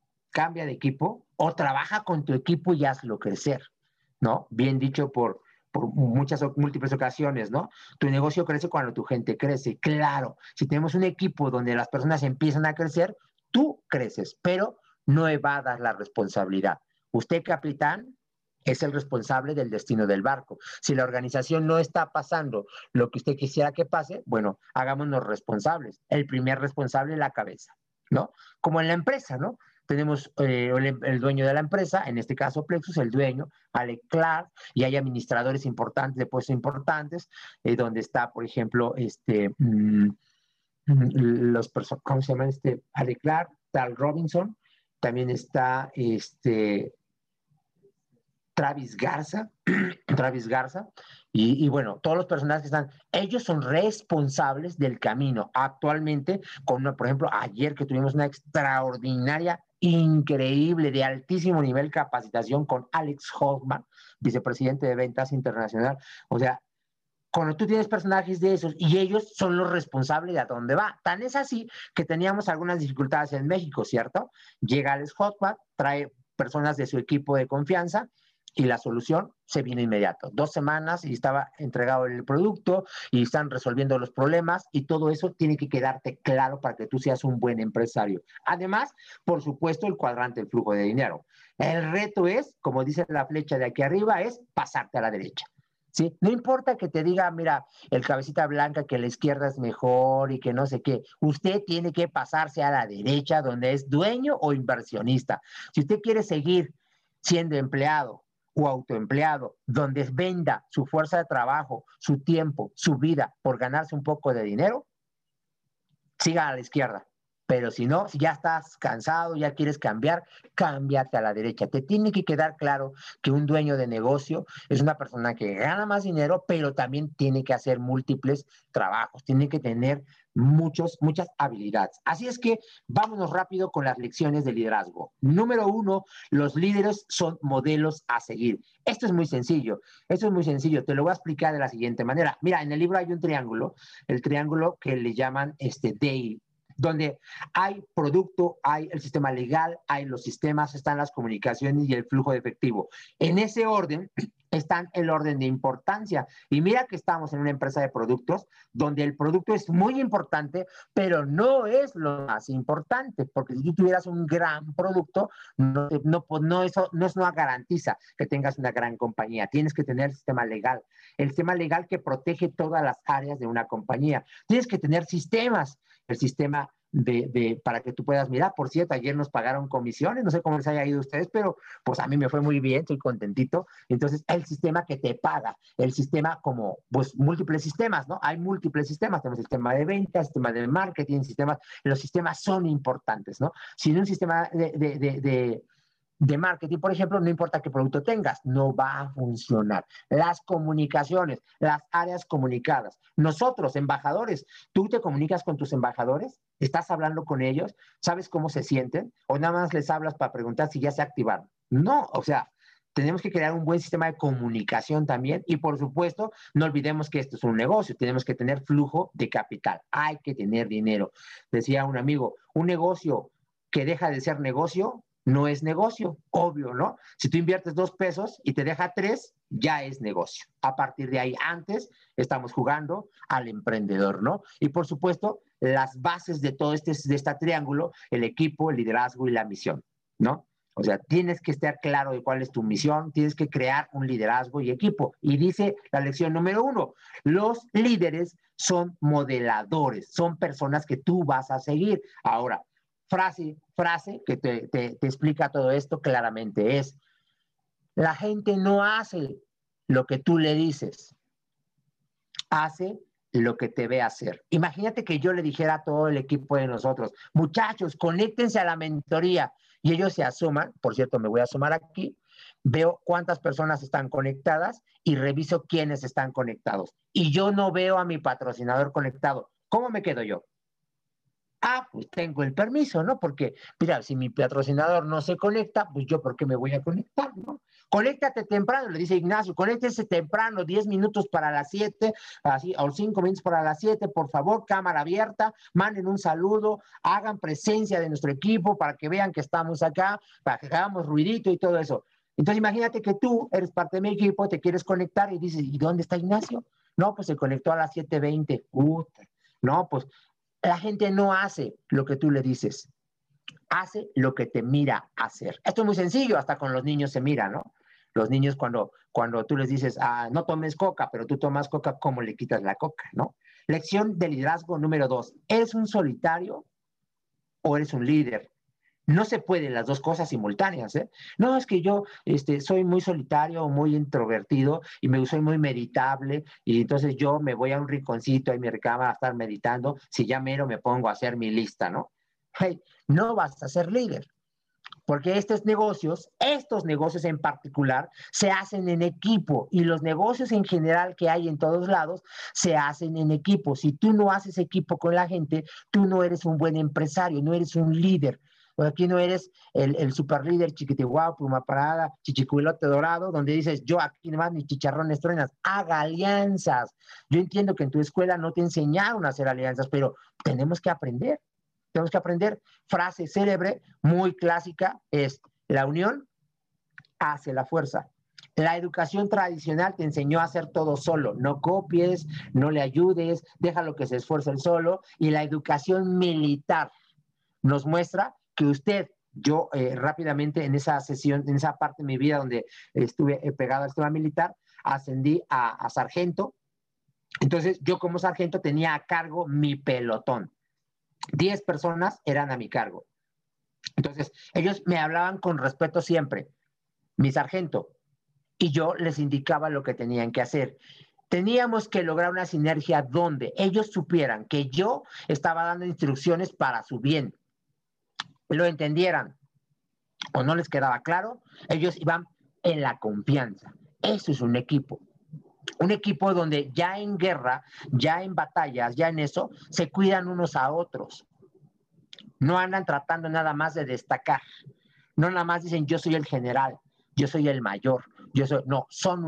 Cambia de equipo o trabaja con tu equipo y hazlo crecer, ¿no? Bien dicho por por muchas múltiples ocasiones, ¿no? Tu negocio crece cuando tu gente crece. Claro, si tenemos un equipo donde las personas empiezan a crecer, tú creces, pero no evadas la responsabilidad. Usted, capitán, es el responsable del destino del barco. Si la organización no está pasando lo que usted quisiera que pase, bueno, hagámonos responsables. El primer responsable es la cabeza, ¿no? Como en la empresa, ¿no? Tenemos el dueño de la empresa, en este caso Plexus, el dueño, Alec Clark, y hay administradores importantes de puestos importantes, donde está, por ejemplo, ¿cómo se llama? Alec Clark, Tal Robinson, también está Travis Garza, Travis Garza, bueno, todos los personajes que están, ellos son responsables del camino. Actualmente, por ejemplo, ayer que tuvimos una extraordinaria, increíble, de altísimo nivel capacitación con Alex Hoffman, vicepresidente de Ventas Internacional. O sea, cuando tú tienes personajes de esos y ellos son los responsables de a dónde va. Tan es así que teníamos algunas dificultades en México, ¿cierto? Llega Alex Hoffman, trae personas de su equipo de confianza y la solución se viene inmediato. 2 semanas y estaba entregado el producto y están resolviendo los problemas y todo eso tiene que quedarte claro para que tú seas un buen empresario. Además, por supuesto, el cuadrante del flujo de dinero. El reto es, como dice la flecha de aquí arriba, es pasarte a la derecha. ¿Sí? No importa que te diga, mira, el cabecita blanca que la izquierda es mejor y que no sé qué. Usted tiene que pasarse a la derecha donde es dueño o inversionista. Si usted quiere seguir siendo empleado o autoempleado, donde venda su fuerza de trabajo, su tiempo, su vida por ganarse un poco de dinero, siga a la izquierda. Pero si no, si ya estás cansado, ya quieres cambiar, cámbiate a la derecha. Te tiene que quedar claro que un dueño de negocio es una persona que gana más dinero, pero también tiene que hacer múltiples trabajos, tiene que tener muchas habilidades. Así es que vámonos rápido con las lecciones de liderazgo. Número 1, los líderes son modelos a seguir. Esto es muy sencillo, te lo voy a explicar de la siguiente manera. Mira, en el libro hay un triángulo, el triángulo que le llaman DAIL, donde hay producto, hay el sistema legal, hay los sistemas, están las comunicaciones y el flujo de efectivo. En ese orden están el orden de importancia. Y mira que estamos en una empresa de productos donde el producto es muy importante, pero no es lo más importante, porque si tú tuvieras un gran producto, eso no garantiza que tengas una gran compañía. Tienes que tener el sistema legal que protege todas las áreas de una compañía. Tienes que tener sistemas, el sistema para que tú puedas mirar. Por cierto, ayer nos pagaron comisiones, no sé cómo les haya ido a ustedes, pero pues a mí me fue muy bien, estoy contentito. Entonces, el sistema que te paga, el sistema como, pues, múltiples sistemas, ¿no? Hay múltiples sistemas, tenemos sistema de ventas, sistema de marketing, los sistemas son importantes, ¿no? Sin un sistema de marketing, por ejemplo, no importa qué producto tengas, no va a funcionar. Las comunicaciones, las áreas comunicadas. Nosotros, embajadores, ¿tú te comunicas con tus embajadores? ¿Estás hablando con ellos? ¿Sabes cómo se sienten? ¿O nada más les hablas para preguntar si ya se activaron? No, o sea, tenemos que crear un buen sistema de comunicación también y, por supuesto, no olvidemos que esto es un negocio, tenemos que tener flujo de capital, hay que tener dinero. Decía un amigo, un negocio que deja de ser negocio no es negocio, obvio, ¿no? Si tú inviertes 2 pesos y te deja 3, ya es negocio. A partir de ahí, antes estamos jugando al emprendedor, ¿no? Y por supuesto, las bases de todo de este triángulo, el equipo, el liderazgo y la misión, ¿no? O sea, tienes que estar claro de cuál es tu misión, tienes que crear un liderazgo y equipo. Y dice la lección número 1, los líderes son modeladores, son personas que tú vas a seguir. Ahora, frase que te explica todo esto claramente es, la gente no hace lo que tú le dices, hace lo que te ve hacer. Imagínate que yo le dijera a todo el equipo de nosotros, muchachos, conéctense a la mentoría, y ellos se asoman, por cierto, me voy a asomar aquí, veo cuántas personas están conectadas y reviso quiénes están conectados. Y yo no veo a mi patrocinador conectado. ¿Cómo me quedo yo? Pues tengo el permiso, ¿no? Porque, mira, si mi patrocinador no se conecta, pues yo, ¿por qué me voy a conectar, no? Conéctate temprano, le dice Ignacio, conéctese temprano, 10 minutos para las 7, así, o 5 minutos para las 7, por favor, cámara abierta, manden un saludo, hagan presencia de nuestro equipo para que vean que estamos acá, para que hagamos ruidito y todo eso. Entonces imagínate que tú eres parte de mi equipo, te quieres conectar y dices, ¿y dónde está Ignacio? No, pues se conectó a las 7:20. No, pues la gente no hace lo que tú le dices, hace lo que te mira hacer. Esto es muy sencillo, hasta con los niños se mira, ¿no? Los niños cuando tú les dices, no tomes coca, pero tú tomas coca, ¿cómo le quitas la coca, no? Lección de liderazgo número 2. ¿Eres un solitario o eres un líder? No se pueden las dos cosas simultáneas, ¿eh? No, es que yo soy muy solitario, muy introvertido y soy muy meditable y entonces yo me voy a un rinconcito y mi recámara a estar meditando, si ya mero me pongo a hacer mi lista, ¿no? Hey, no vas a ser líder, porque estos negocios en particular, se hacen en equipo y los negocios en general que hay en todos lados se hacen en equipo. Si tú no haces equipo con la gente, tú no eres un buen empresario, no eres un líder. O aquí no eres el super líder chiquitiguao, pluma parada, chichicuilote dorado, donde dices, yo aquí nomás ni chicharrones truenas, haga alianzas. Yo entiendo que en tu escuela no te enseñaron a hacer alianzas, pero tenemos que aprender. Tenemos que aprender. Frase célebre, muy clásica, es: la unión hace la fuerza. La educación tradicional te enseñó a hacer todo solo. No copies, no le ayudes, déjalo que se esfuerce él solo. Y la educación militar nos muestra que yo rápidamente en esa sesión, en esa parte de mi vida donde estuve pegado al sistema militar, ascendí a sargento. Entonces yo como sargento tenía a cargo mi pelotón. 10 personas eran a mi cargo. Entonces, ellos me hablaban con respeto siempre, mi sargento, y yo les indicaba lo que tenían que hacer. Teníamos que lograr una sinergia donde ellos supieran que yo estaba dando instrucciones para su bien, lo entendieran o no les quedaba claro, ellos iban en la confianza. Eso es un equipo. Un equipo donde ya en guerra, ya en batallas, ya en eso, se cuidan unos a otros. No andan tratando nada más de destacar. No nada más dicen yo soy el general, yo soy el mayor, no, son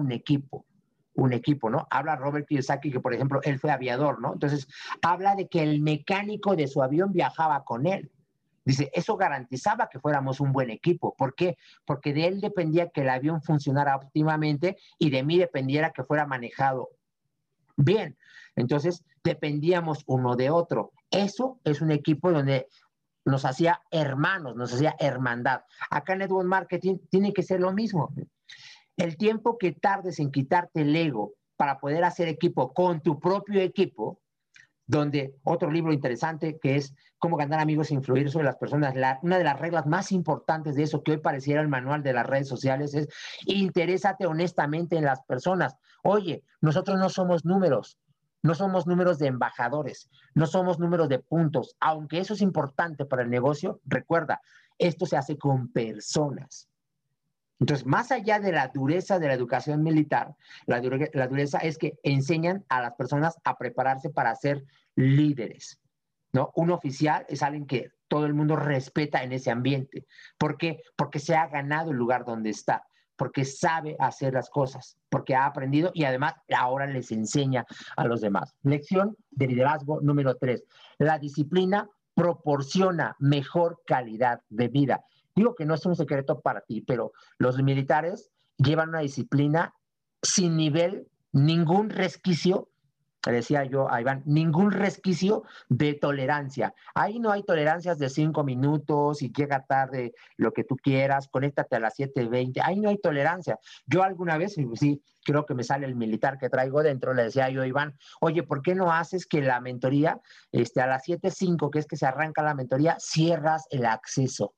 un equipo, ¿no? Habla Robert Kiyosaki que, por ejemplo, él fue aviador, ¿no? Entonces, habla de que el mecánico de su avión viajaba con él. Dice, eso garantizaba que fuéramos un buen equipo. ¿Por qué? Porque de él dependía que el avión funcionara óptimamente y de mí dependiera que fuera manejado bien. Entonces, dependíamos uno de otro. Eso es un equipo donde nos hacía hermanos, nos hacía hermandad. Acá en Network Marketing tiene que ser lo mismo. El tiempo que tardes en quitarte el ego para poder hacer equipo con tu propio equipo, donde otro libro interesante que es Cómo ganar amigos e influir sobre las personas, una de las reglas más importantes de eso que hoy pareciera el manual de las redes sociales es: interésate honestamente en las personas. Oye, nosotros no somos números, no somos números de embajadores, no somos números de puntos, aunque eso es importante para el negocio. Recuerda, esto se hace con personas. Entonces, más allá de la dureza de la educación militar, la dureza es que enseñan a las personas a prepararse para ser líderes, ¿no? Un oficial es alguien que todo el mundo respeta en ese ambiente. ¿Por qué? Porque se ha ganado el lugar donde está, porque sabe hacer las cosas, porque ha aprendido y además ahora les enseña a los demás. Lección de liderazgo número 3. La disciplina proporciona mejor calidad de vida. Digo que no es un secreto para ti, pero los militares llevan una disciplina sin nivel, ningún resquicio, le decía yo a Iván, ningún resquicio de tolerancia. Ahí no hay tolerancias de 5 minutos y llega tarde lo que tú quieras, conéctate a las 7:20. Ahí no hay tolerancia. Yo alguna vez, sí, creo que me sale el militar que traigo dentro, le decía yo a Iván, oye, ¿por qué no haces que la mentoría, a las 7:05, que es que se arranca la mentoría, cierras el acceso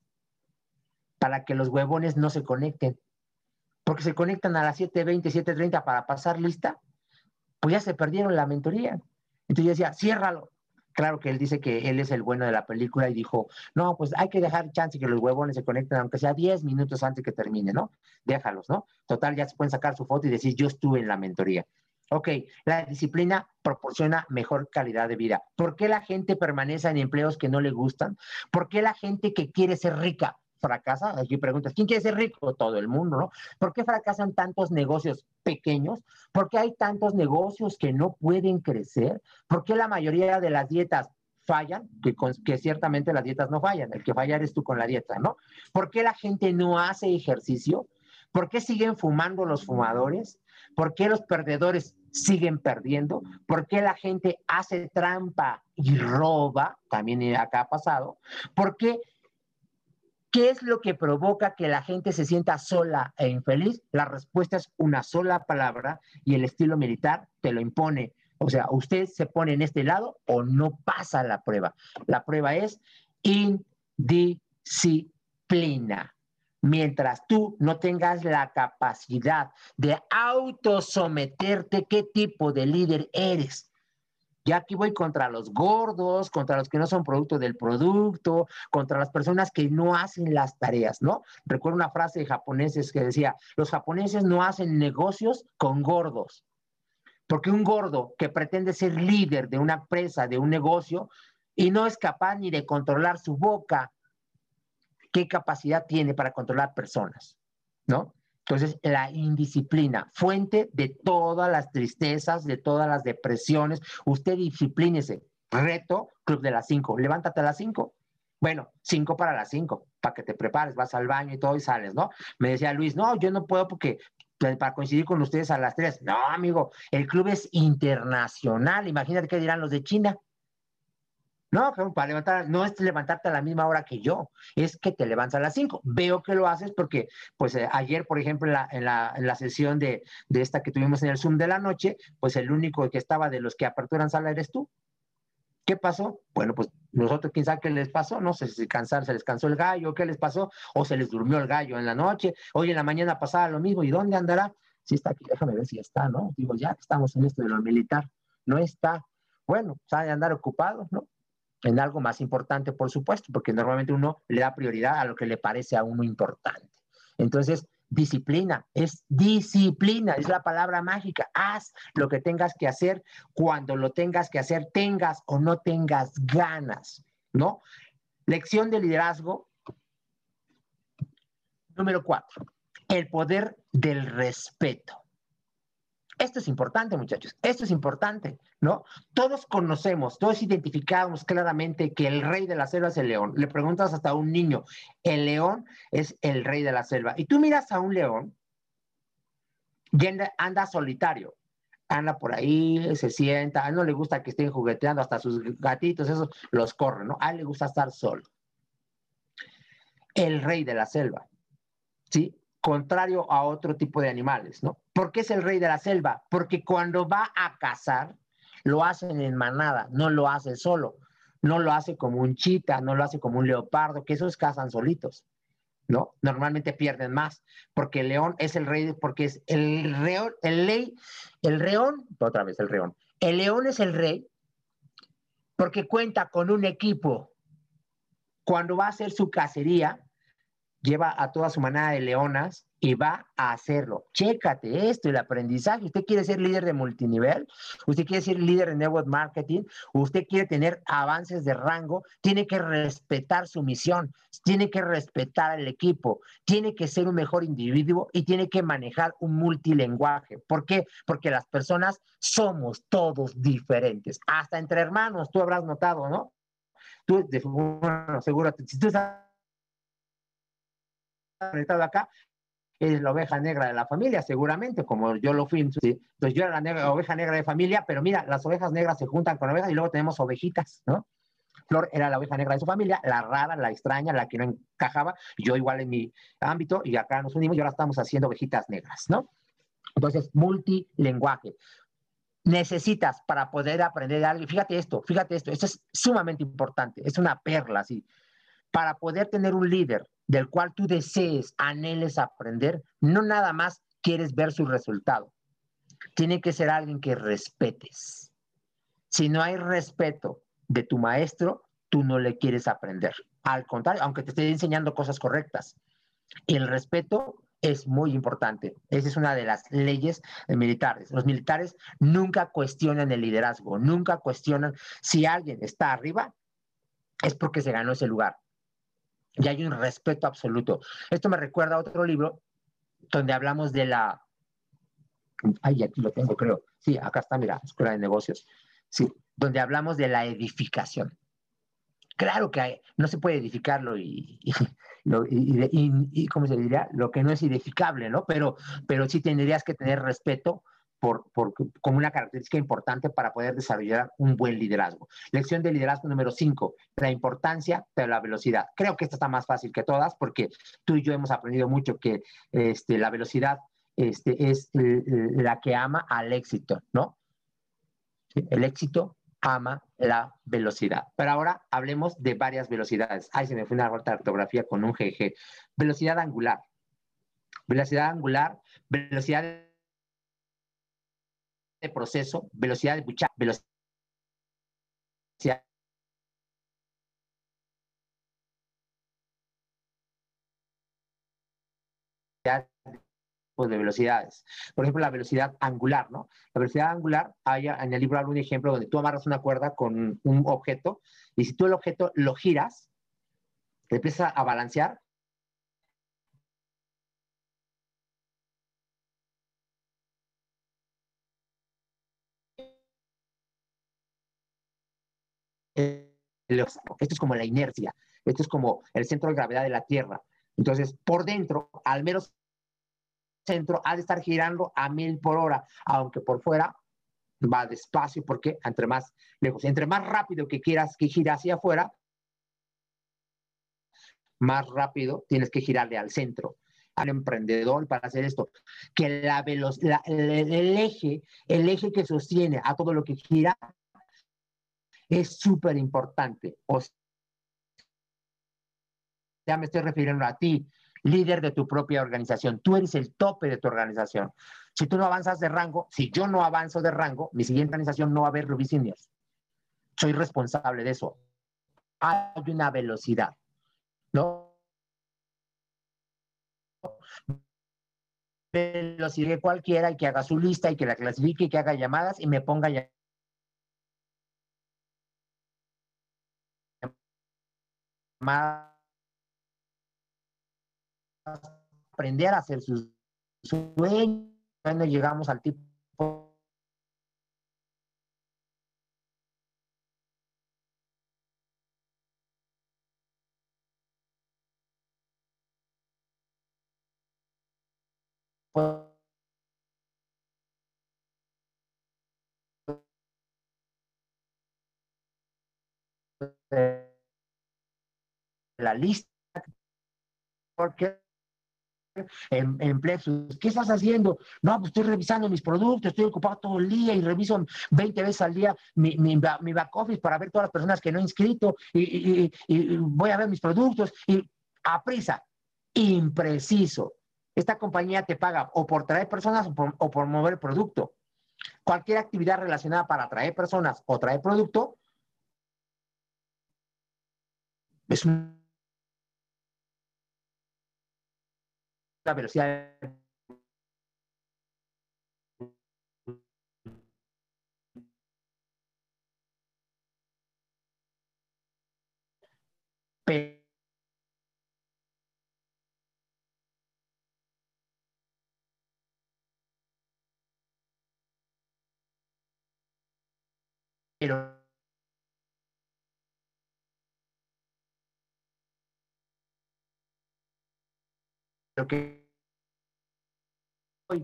para que los huevones no se conecten? Porque se conectan a las 7:20, 7:30 para pasar lista, pues ya se perdieron la mentoría. Entonces yo decía, ciérralo. Claro que él dice que él es el bueno de la película y dijo, no, pues hay que dejar chance que los huevones se conecten, aunque sea 10 minutos antes que termine, ¿no? Déjalos, ¿no? Total, ya se pueden sacar su foto y decir, yo estuve en la mentoría. Ok, la disciplina proporciona mejor calidad de vida. ¿Por qué la gente permanece en empleos que no le gustan? ¿Por qué la gente que quiere ser rica fracasa? Aquí preguntas, ¿quién quiere ser rico? Todo el mundo, ¿no? ¿Por qué fracasan tantos negocios pequeños? ¿Por qué hay tantos negocios que no pueden crecer? ¿Por qué la mayoría de las dietas fallan? Que ciertamente las dietas no fallan, el que falla eres tú con la dieta, ¿no? ¿Por qué la gente no hace ejercicio? ¿Por qué siguen fumando los fumadores? ¿Por qué los perdedores siguen perdiendo? ¿Por qué la gente hace trampa y roba? También acá ha pasado. ¿Por qué? ¿Qué es lo que provoca que la gente se sienta sola e infeliz? La respuesta es una sola palabra y el estilo militar te lo impone. O sea, usted se pone en este lado o no pasa la prueba. La prueba es indisciplina. Mientras tú no tengas la capacidad de autosometerte, ¿qué tipo de líder eres? Ya aquí voy contra los gordos, contra los que no son producto del producto, contra las personas que no hacen las tareas, ¿no? Recuerdo una frase de japoneses que decía, los japoneses no hacen negocios con gordos, porque un gordo que pretende ser líder de una empresa, de un negocio, y no es capaz ni de controlar su boca, ¿qué capacidad tiene para controlar personas? ¿No? Entonces, la indisciplina, fuente de todas las tristezas, de todas las depresiones. Usted disciplínese. Reto, Club de las 5. Levántate a las 5. Bueno, 5 para las 5, para que te prepares, vas al baño y todo y sales, ¿no? Me decía Luis, no, yo no puedo porque para coincidir con ustedes a las 3. No, amigo, el club es internacional. Imagínate qué dirán los de China. No, para levantar, no es levantarte a la misma hora que yo, es que te levantas a las 5. Veo que lo haces porque, pues ayer, por ejemplo, en la sesión de esta que tuvimos en el Zoom de la noche, pues el único que estaba de los que aperturan sala eres tú. ¿Qué pasó? Bueno, pues nosotros, quién sabe qué les pasó, no sé si se les cansó el gallo, qué les pasó, o se les durmió el gallo en la noche, hoy en la mañana pasaba lo mismo, ¿y dónde andará? Sí está aquí, déjame ver si está, ¿no? Digo, ya que estamos en esto de lo militar, no está. Bueno, sabe andar ocupado, ¿no? En algo más importante, por supuesto, porque normalmente uno le da prioridad a lo que le parece a uno importante. Entonces, disciplina, es la palabra mágica. Haz lo que tengas que hacer cuando lo tengas que hacer, tengas o no tengas ganas, ¿no? Lección de liderazgo número 4, el poder del respeto. Esto es importante, muchachos, esto es importante, ¿no? Todos conocemos, todos identificamos claramente que el rey de la selva es el león. Le preguntas hasta a un niño, el león es el rey de la selva. Y tú miras a un león y anda solitario, anda por ahí, se sienta, a él no le gusta que estén jugueteando, hasta sus gatitos, esos los corren, ¿no? A él le gusta estar solo. El rey de la selva, ¿sí? Contrario a otro tipo de animales, ¿no? ¿Por qué es el rey de la selva? Porque cuando va a cazar, lo hacen en manada, no lo hace solo, no lo hace como un chita, no lo hace como un leopardo, que esos cazan solitos, ¿no? Normalmente pierden más, porque el león es el rey, porque es el león, el león, otra vez el león, el león es el rey porque cuenta con un equipo. Cuando va a hacer su cacería, lleva a toda su manada de leonas y va a hacerlo. Chécate esto, el aprendizaje. Usted quiere ser líder de multinivel, usted quiere ser líder de network marketing, usted quiere tener avances de rango, tiene que respetar su misión, tiene que respetar al equipo, tiene que ser un mejor individuo y tiene que manejar un multilenguaje. ¿Por qué? Porque las personas somos todos diferentes, hasta entre hermanos, tú habrás notado, ¿no? Tú, bueno, seguro, si tú estás conectado acá, es la oveja negra de la familia, seguramente, como yo lo fui. ¿Sí? Entonces yo era la oveja negra de familia, pero mira, las ovejas negras se juntan con ovejas y luego tenemos ovejitas, ¿no? Flor era la oveja negra de su familia, la rara, la extraña, la que no encajaba, yo igual en mi ámbito, y acá nos unimos y ahora estamos haciendo ovejitas negras, ¿no? Entonces, multilenguaje. Necesitas para poder aprender algo, fíjate esto es sumamente importante, es una perla, así, para poder tener un líder del cual tú desees, anheles aprender, no nada más quieres ver su resultado. Tiene que ser alguien que respetes. Si no hay respeto de tu maestro, tú no le quieres aprender. Al contrario, aunque te esté enseñando cosas correctas. El respeto es muy importante. Esa es una de las leyes militares. Los militares nunca cuestionan el liderazgo, nunca cuestionan si alguien está arriba, es porque se ganó ese lugar. Y hay un respeto absoluto. Esto me recuerda a otro libro donde hablamos de la... Ay, aquí lo tengo, creo. Sí, acá está, mira, Escuela de Negocios. Sí, donde hablamos de la edificación. Claro que no se puede edificarlo ¿cómo se diría? Lo que no es edificable, ¿no? Pero sí tendrías que tener respeto como una característica importante para poder desarrollar un buen liderazgo. Lección de liderazgo número 5, la importancia de la velocidad. Creo que esta está más fácil que todas porque tú y yo hemos aprendido mucho que la velocidad es la que ama al éxito, ¿no? El éxito ama la velocidad. Pero ahora hablemos de varias velocidades. Ay, se me fue una falta de ortografía con un GG. Velocidad angular. Velocidad angular, velocidad de proceso, velocidad de buchada, velocidad de velocidades. Por ejemplo, la velocidad angular, ¿no? La velocidad angular, en el libro habla un ejemplo donde tú amarras una cuerda con un objeto y si tú el objeto lo giras, empieza a balancear, esto es como la inercia, esto es como el centro de gravedad de la Tierra. Entonces, por dentro, al mero centro, ha de estar girando a 1000 por hora, aunque por fuera va despacio, porque entre más lejos, entre más rápido que quieras que gire hacia afuera, más rápido tienes que girarle al centro, al emprendedor para hacer esto, que el eje que sostiene a todo lo que gira es súper importante. O sea, me estoy refiriendo a ti, líder de tu propia organización. Tú eres el tope de tu organización. Si tú no avanzas de rango, si yo no avanzo de rango, mi siguiente organización no va a haber Ruby Seniors. Soy responsable de eso. Hay una velocidad, ¿no? Velocidad cualquiera y que haga su lista y que la clasifique y que haga llamadas y me ponga llamadas, aprender a hacer sus sueños. Cuando llegamos al tipo de la lista, porque en Plexus, ¿qué estás haciendo? No, pues estoy revisando mis productos, estoy ocupado todo el día y reviso 20 veces al día mi back office para ver todas las personas que no he inscrito y voy a ver mis productos y a prisa, impreciso. Esta compañía te paga o por traer personas o por mover producto. Cualquier actividad relacionada para atraer personas o traer producto es una velocidad. Pero lo que hoy,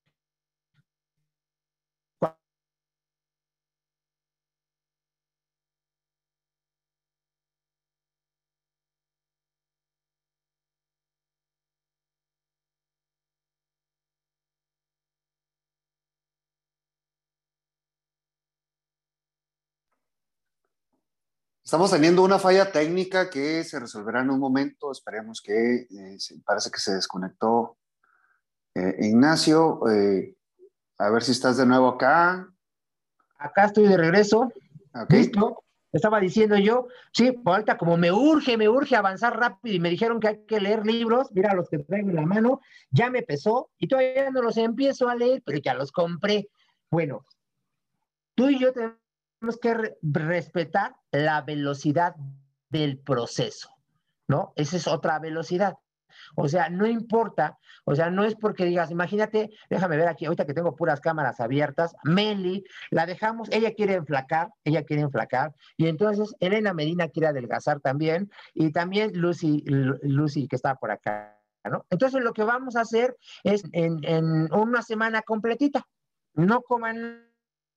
Estamos teniendo una falla técnica que se resolverá en un momento. Esperemos que parece que se desconectó Ignacio. A ver si estás de nuevo acá. acá estoy de regreso. Ok. Listo. Estaba diciendo yo, sí, ahorita como me urge avanzar rápido y me dijeron que hay que leer libros, mira los que traigo en la mano, ya me pesó y todavía no los empiezo a leer, pero ya los compré. Bueno, tú y yo tenemos que respetar la velocidad del proceso, ¿no? Esa es otra velocidad. O sea, no importa, o sea, no es porque digas, imagínate, déjame ver aquí, ahorita que tengo puras cámaras abiertas, Meli, la dejamos, ella quiere enflacar, y entonces Elena Medina quiere adelgazar también, y también Lucy que está por acá, ¿no? Entonces lo que vamos a hacer es en una semana completita, no coman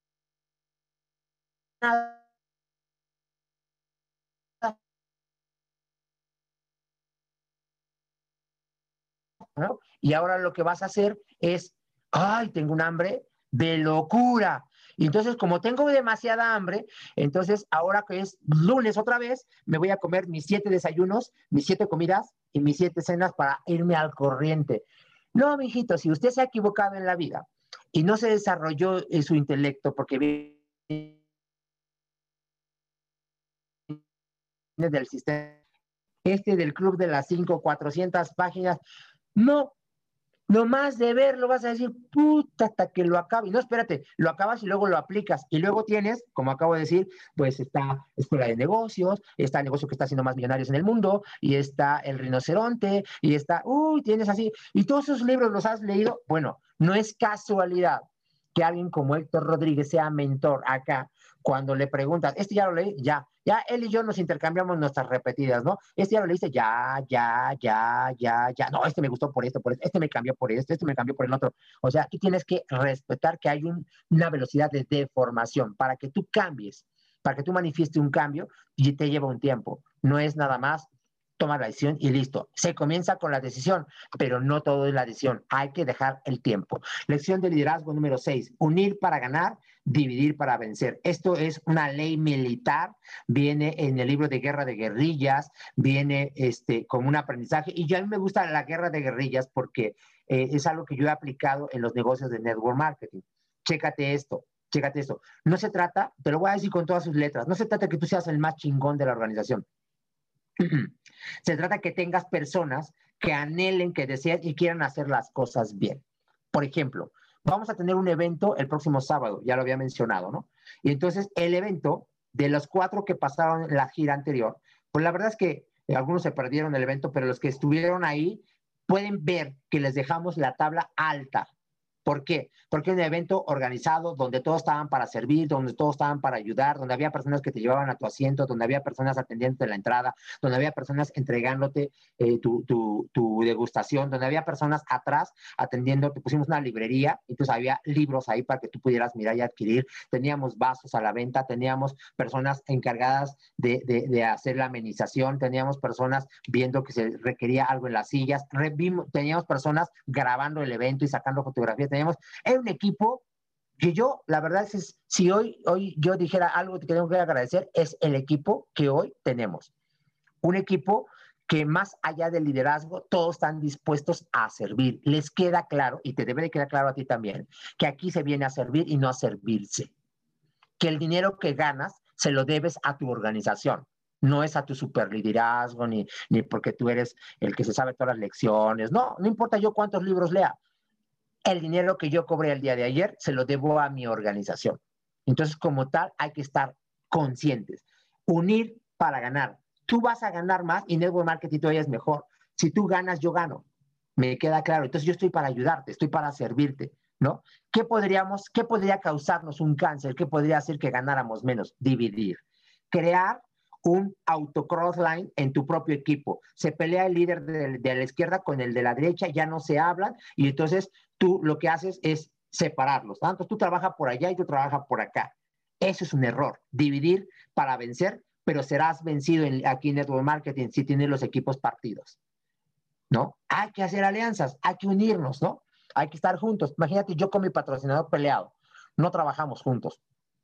nada, ¿no? Y ahora lo que vas a hacer es, ay, tengo un hambre de locura. Y entonces, como tengo demasiada hambre, entonces ahora que es lunes otra vez, me voy a comer mis 7 desayunos, mis 7 comidas y mis 7 cenas para irme al corriente. No, mijito, si usted se ha equivocado en la vida y no se desarrolló su intelecto porque viene del sistema del club de las 400 páginas, no, nomás de verlo vas a decir, puta, hasta que lo acabe. No, espérate, lo acabas y luego lo aplicas. Y luego tienes, como acabo de decir, pues está Escuela de Negocios, está el negocio que está haciendo más millonarios en el mundo, y está El Rinoceronte, y está, tienes así. Y todos esos libros los has leído. Bueno, no es casualidad que alguien como Héctor Rodríguez sea mentor acá. Cuando le preguntas, este ya lo leí, ya él y yo nos intercambiamos nuestras repetidas, ¿no? Este ya lo leíste, ya. No, este me gustó por esto, este me cambió por esto, este me cambió por el otro. O sea, tú tienes que respetar que hay una velocidad de deformación para que tú cambies, para que tú manifiestes un cambio y te lleva un tiempo. No es nada más tomar la decisión y listo. Se comienza con la decisión, pero no todo es la decisión. Hay que dejar el tiempo. Lección de liderazgo número 6. Unir para ganar, dividir para vencer. Esto es una ley militar, viene en el libro de Guerra de Guerrillas, viene como un aprendizaje. Y yo a mí me gusta la guerra de guerrillas porque es algo que yo he aplicado en los negocios de network marketing. Chécate esto. Chécate esto. No se trata, te lo voy a decir con todas sus letras, no se trata de que tú seas el más chingón de la organización. Se trata de que tengas personas que anhelen, que deseen y quieran hacer las cosas bien. Por ejemplo, vamos a tener un evento el próximo sábado, ya lo había mencionado, ¿no? Y entonces el evento, de los 4 que pasaron la gira anterior, pues la verdad es que algunos se perdieron el evento, pero los que estuvieron ahí pueden ver que les dejamos la tabla alta. ¿Por qué? Porque era un evento organizado donde todos estaban para servir, donde todos estaban para ayudar, donde había personas que te llevaban a tu asiento, donde había personas atendiéndote la entrada, donde había personas entregándote tu degustación, donde había personas atrás atendiéndote. Pusimos una librería, entonces había libros ahí para que tú pudieras mirar y adquirir. Teníamos vasos a la venta, teníamos personas encargadas de hacer la amenización, teníamos personas viendo que se requería algo en las sillas, teníamos personas grabando el evento y sacando fotografías. Era un equipo que yo, la verdad es, si hoy yo dijera algo que tengo que agradecer, es el equipo que hoy tenemos. Un equipo que más allá del liderazgo, todos están dispuestos a servir. Les queda claro, y te debe de quedar claro a ti también, que aquí se viene a servir y no a servirse. Que el dinero que ganas se lo debes a tu organización. No es a tu superliderazgo, ni porque tú eres el que se sabe todas las lecciones. No, no importa yo cuántos libros lea, el dinero que yo cobré el día de ayer se lo debo a mi organización. Entonces, como tal, hay que estar conscientes. Unir para ganar. Tú vas a ganar más y network marketing todavía es mejor. Si tú ganas, yo gano. Me queda claro. Entonces, yo estoy para ayudarte, estoy para servirte, ¿no? ¿Qué podría causarnos un cáncer? ¿Qué podría hacer que ganáramos menos? Dividir. Crear un autocrossline en tu propio equipo. Se pelea el líder de la izquierda con el de la derecha, ya no se hablan y entonces tú lo que haces es separarlos. Entonces tú trabajas por allá y tú trabajas por acá. Eso es un error. Dividir para vencer, pero serás vencido aquí en Network Marketing si tienes los equipos partidos, ¿no? Hay que hacer alianzas, hay que unirnos, ¿no? Hay que estar juntos. Imagínate yo con mi patrocinador peleado. No trabajamos juntos.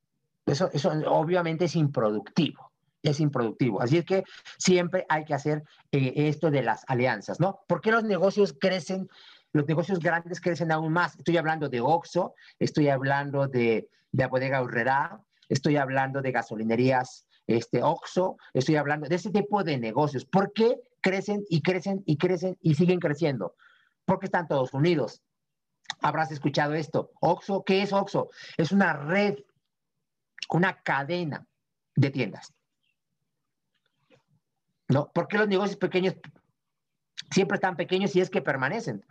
Eso obviamente es improductivo. Es improductivo. Así es que siempre hay que hacer esto de las alianzas, ¿no? ¿Por qué los negocios crecen? Los negocios grandes crecen aún más. Estoy hablando de Oxxo, estoy hablando de la bodega Aurrerá, estoy hablando de gasolinerías Oxxo, estoy hablando de ese tipo de negocios. ¿Por qué crecen y crecen y crecen y siguen creciendo? Porque están todos unidos. Habrás escuchado esto. Oxxo, ¿qué es Oxxo? Es una red, una cadena de tiendas, ¿no? ¿Por qué los negocios pequeños Siempre están pequeños y es que permanecen.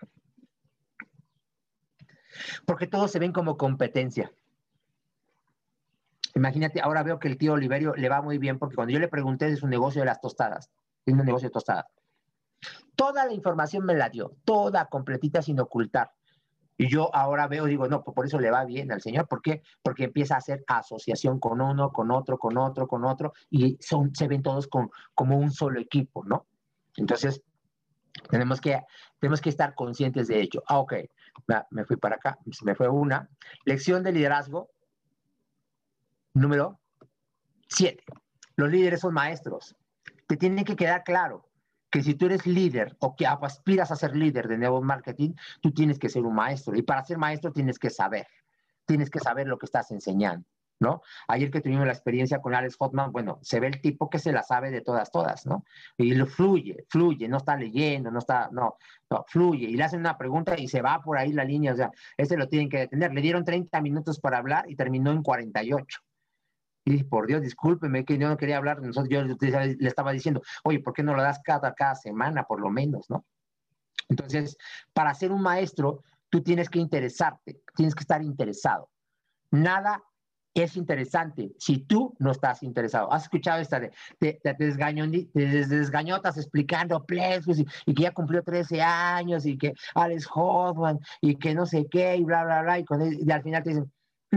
Porque todos se ven como competencia. Imagínate, ahora veo que el tío Oliverio le va muy bien porque cuando yo le pregunté de su negocio de las tostadas, tiene un negocio de tostadas, toda la información me la dio, toda completita sin ocultar. Y yo ahora veo, digo, no, pues por eso le va bien al señor. ¿Por qué? Porque empieza a hacer asociación con uno, con otro, con otro, con otro, y se ven todos como un solo equipo, ¿no? Entonces, tenemos que estar conscientes de ello. Ah, ok, me fui para acá, me fue una. Lección de liderazgo número 7. Los líderes son maestros. Te tiene que quedar claro que si tú eres líder o que aspiras a ser líder de network marketing, tú tienes que ser un maestro. Y para ser maestro tienes que saber lo que estás enseñando, ¿no? Ayer que tuvimos la experiencia con Alex Hotman, bueno, se ve el tipo que se la sabe de todas, ¿no? Y lo fluye, no está leyendo, no, fluye. Y le hacen una pregunta y se va por ahí la línea, o sea, ese lo tienen que detener. Le dieron 30 minutos para hablar y terminó en 48. Y por Dios, discúlpeme que yo no quería hablar. Yo le estaba diciendo, oye, ¿por qué no lo das cada semana por lo menos, no? Entonces, para ser un maestro, tú tienes que interesarte, tienes que estar interesado. Nada es interesante si tú no estás interesado. ¿Has escuchado esta de desgañotas explicando plexos y que ya cumplió 13 años y que Alex Hoffman y que no sé qué y bla, bla, bla y al final te dicen,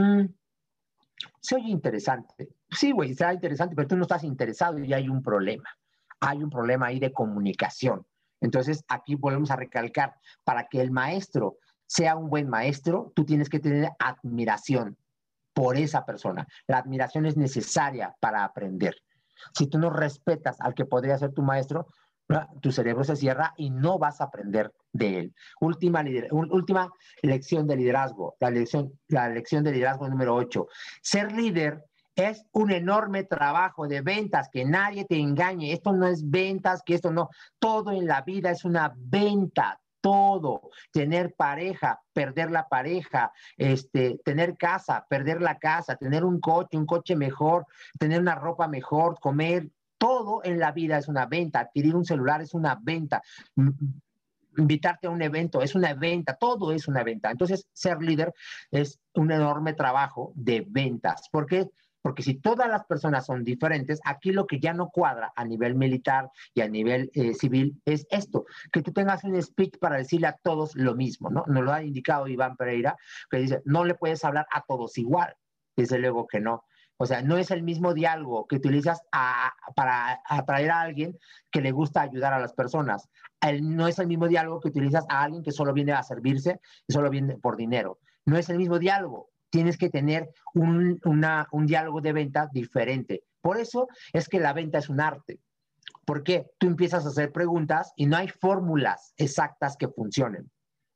se oye interesante. Sí, güey, será interesante, pero tú no estás interesado y hay un problema. Hay un problema ahí de comunicación. Entonces, aquí volvemos a recalcar, para que el maestro sea un buen maestro, tú tienes que tener admiración por esa persona. La admiración es necesaria para aprender. Si tú no respetas al que podría ser tu maestro, tu cerebro se cierra y no vas a aprender de él. Última lección de liderazgo, la lección de liderazgo número 8. Ser líder es un enorme trabajo de ventas, que nadie te engañe. Esto no es ventas, que esto no. Todo en la vida es una venta. Todo, tener pareja, perder la pareja, tener casa, perder la casa, tener un coche mejor, tener una ropa mejor, comer, todo en la vida es una venta, adquirir un celular es una venta, invitarte a un evento es una venta, todo es una venta. Entonces, ser líder es un enorme trabajo de ventas. ¿Por qué? Porque si todas las personas son diferentes, aquí lo que ya no cuadra a nivel militar y a nivel civil es esto, que tú tengas un speech para decirle a todos lo mismo, ¿no? Nos lo ha indicado Iván Pereira, que dice, no le puedes hablar a todos igual. Desde luego que no. O sea, no es el mismo diálogo que utilizas para atraer a alguien que le gusta ayudar a las personas. No es el mismo diálogo que utilizas a alguien que solo viene a servirse y solo viene por dinero. No es el mismo diálogo. Tienes que tener un diálogo de venta diferente. Por eso es que la venta es un arte. Porque tú empiezas a hacer preguntas y no hay fórmulas exactas que funcionen.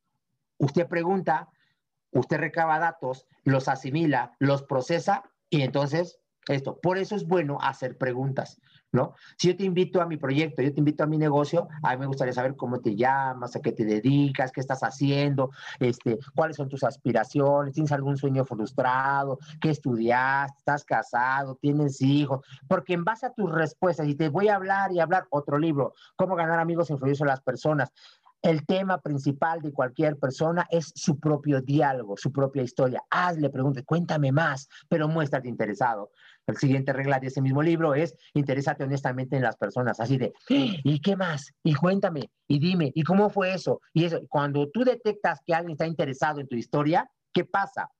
Usted pregunta, usted recaba datos, los asimila, los procesa y entonces esto. Por eso es bueno hacer preguntas, ¿no? Si yo te invito a mi proyecto, yo te invito a mi negocio, a mí me gustaría saber cómo te llamas, a qué te dedicas, qué estás haciendo, cuáles son tus aspiraciones, tienes algún sueño frustrado, qué estudiaste, estás casado, tienes hijos, porque en base a tus respuestas, y te voy a hablar y hablar otro libro, cómo ganar amigos e influir sobre las personas. El tema principal de cualquier persona es su propio diálogo, su propia historia. Hazle preguntas, cuéntame más, pero muéstrate interesado. La siguiente regla de ese mismo libro es interésate honestamente en las personas, así de, ¿y qué más? Y cuéntame, y dime, ¿y cómo fue eso? Y eso, cuando tú detectas que alguien está interesado en tu historia, ¿qué pasa?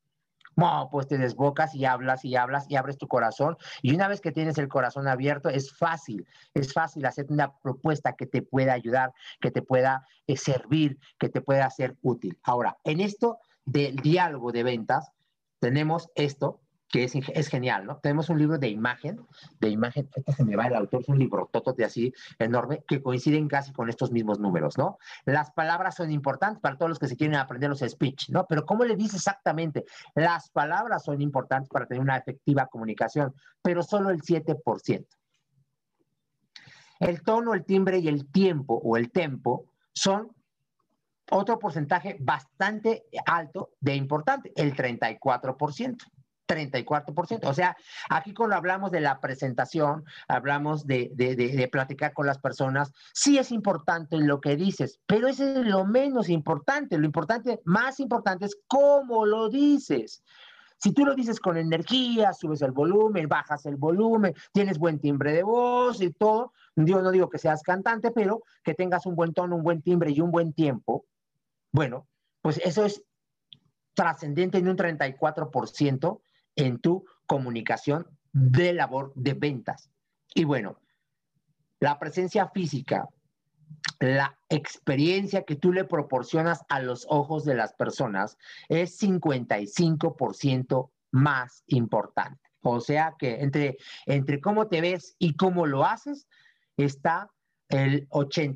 No, pues te desbocas y hablas y hablas y abres tu corazón. Y una vez que tienes el corazón abierto, es fácil hacer una propuesta que te pueda ayudar, que te pueda servir, que te pueda ser útil. Ahora, en esto del diálogo de ventas, tenemos esto que es genial, ¿no? Tenemos un libro de imagen, este se me va el autor, es un libro de así enorme, que coinciden casi con estos mismos números, ¿no? Las palabras son importantes para todos los que se quieren aprender los speech, ¿no? Pero ¿cómo le dice exactamente? Las palabras son importantes para tener una efectiva comunicación, pero solo el 7%. El tono, el timbre y el tiempo o el tempo son otro porcentaje bastante alto de importante, el 34%. 34%. O sea, aquí cuando hablamos de la presentación, hablamos de platicar con las personas, sí es importante lo que dices, pero eso es lo menos importante. Lo importante, más importante es cómo lo dices. Si tú lo dices con energía, subes el volumen, bajas el volumen, tienes buen timbre de voz y todo, yo no digo que seas cantante, pero que tengas un buen tono, un buen timbre y un buen tiempo, bueno, pues eso es trascendente en un 34% en tu comunicación de labor de ventas. Y bueno, la presencia física, la experiencia que tú le proporcionas a los ojos de las personas es 55% más importante. O sea que entre cómo te ves y cómo lo haces está el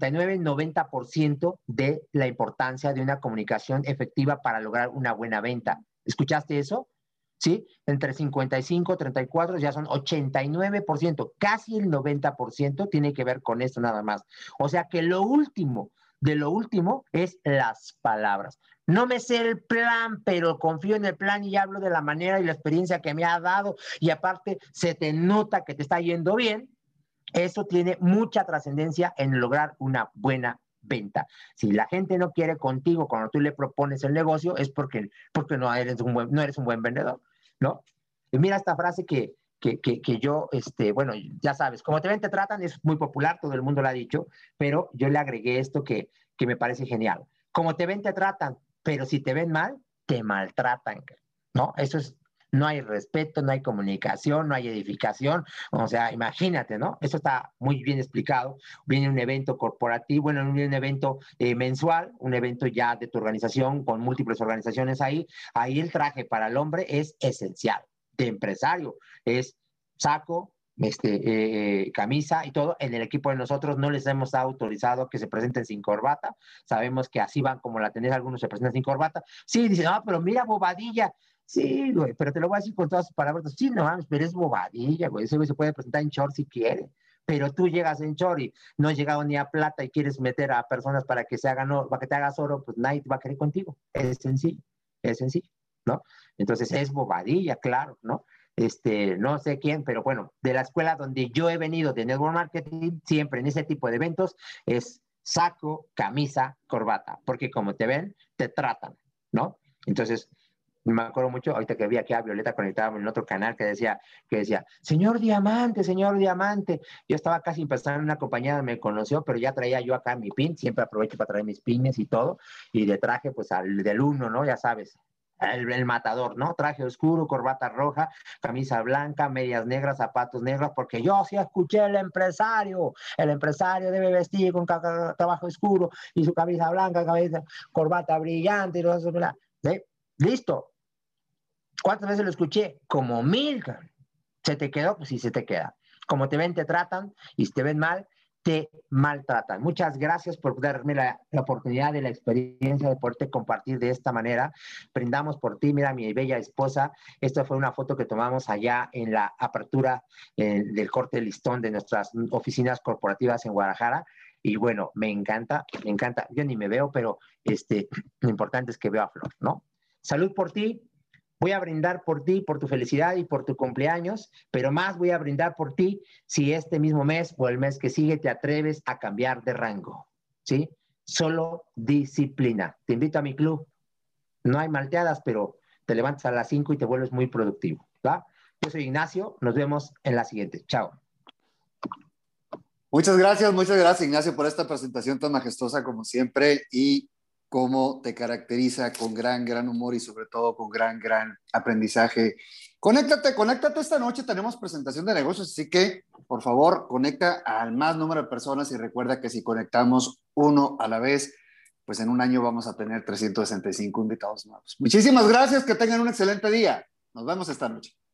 89-90% de la importancia de una comunicación efectiva para lograr una buena venta. ¿Escuchaste eso? ¿Sí? Entre 55 y 34 ya son 89%, casi el 90% tiene que ver con esto nada más. O sea que lo último de lo último es las palabras. No me sé el plan, pero confío en el plan y hablo de la manera y la experiencia que me ha dado y aparte se te nota que te está yendo bien. Eso tiene mucha trascendencia en lograr una buena venta. Si la gente no quiere contigo cuando tú le propones el negocio, es porque no eres un buen vendedor, ¿no? Y mira esta frase que yo, bueno, ya sabes, como te ven, te tratan, es muy popular, todo el mundo lo ha dicho, pero yo le agregué esto que me parece genial. Como te ven, te tratan, pero si te ven mal, te maltratan, ¿no? Eso es, no hay respeto, no hay comunicación, no hay edificación, o sea, imagínate, ¿no? Eso está muy bien explicado. Viene un evento corporativo, bueno, un evento mensual, un evento ya de tu organización, con múltiples organizaciones ahí el traje para el hombre es esencial, de empresario, es saco, camisa y todo. En el equipo de nosotros no les hemos autorizado que se presenten sin corbata. Sabemos que así van como la tenés, algunos se presentan sin corbata. Sí, dicen, no, pero mira, bobadilla. Sí, güey, pero te lo voy a decir con todas sus palabras. Sí, no mames, pero es bobadilla, güey. Ese güey se puede presentar en short si quiere. Pero tú llegas en short y no has llegado ni a plata y quieres meter a personas para que se hagan oro, para que te hagas oro, pues nadie va a querer contigo. Es sencillo, ¿no? Entonces es bobadilla, claro, ¿no? No sé quién, pero bueno, de la escuela donde yo he venido de Network Marketing, siempre en ese tipo de eventos es saco, camisa, corbata, porque como te ven, te tratan, ¿no? Entonces, me acuerdo mucho, ahorita que vi aquí a Violeta conectada en otro canal que decía, señor Diamante. Yo estaba casi empezando en una compañía, me conoció, pero ya traía yo acá mi pin, siempre aprovecho para traer mis pines y todo, y de traje, pues, del uno, ¿no? Ya sabes, el matador, ¿no? Traje oscuro, corbata roja, camisa blanca, medias negras, zapatos negros, porque yo sí escuché el empresario debe vestir con trabajo oscuro y su camisa blanca, corbata brillante y todo eso, ¿sí? Listo. ¿Cuántas veces lo escuché? Como 1000. ¿Se te quedó? Pues sí, se te queda. Como te ven, te tratan, y si te ven mal, te maltratan. Muchas gracias por darme la oportunidad de la experiencia de poderte compartir de esta manera. Brindamos por ti, mira, mi bella esposa. Esta fue una foto que tomamos allá en la apertura del corte de listón de nuestras oficinas corporativas en Guadalajara. Y bueno, me encanta, me encanta. Yo ni me veo, pero lo importante es que veo a Flor, ¿no? Salud por ti. Voy a brindar por ti, por tu felicidad y por tu cumpleaños, pero más voy a brindar por ti si este mismo mes o el mes que sigue te atreves a cambiar de rango, ¿sí? Solo disciplina. Te invito a mi club. No hay malteadas, pero te levantas a las 5 y te vuelves muy productivo, ¿va? Yo soy Ignacio, nos vemos en la siguiente. Chao. Muchas gracias Ignacio por esta presentación tan majestuosa como siempre y cómo te caracteriza con gran humor y sobre todo con gran aprendizaje. Conéctate esta noche, tenemos presentación de negocios, así que por favor conecta al más número de personas y recuerda que si conectamos uno a la vez, pues en un año vamos a tener 365 invitados nuevos. Muchísimas gracias, que tengan un excelente día. Nos vemos esta noche.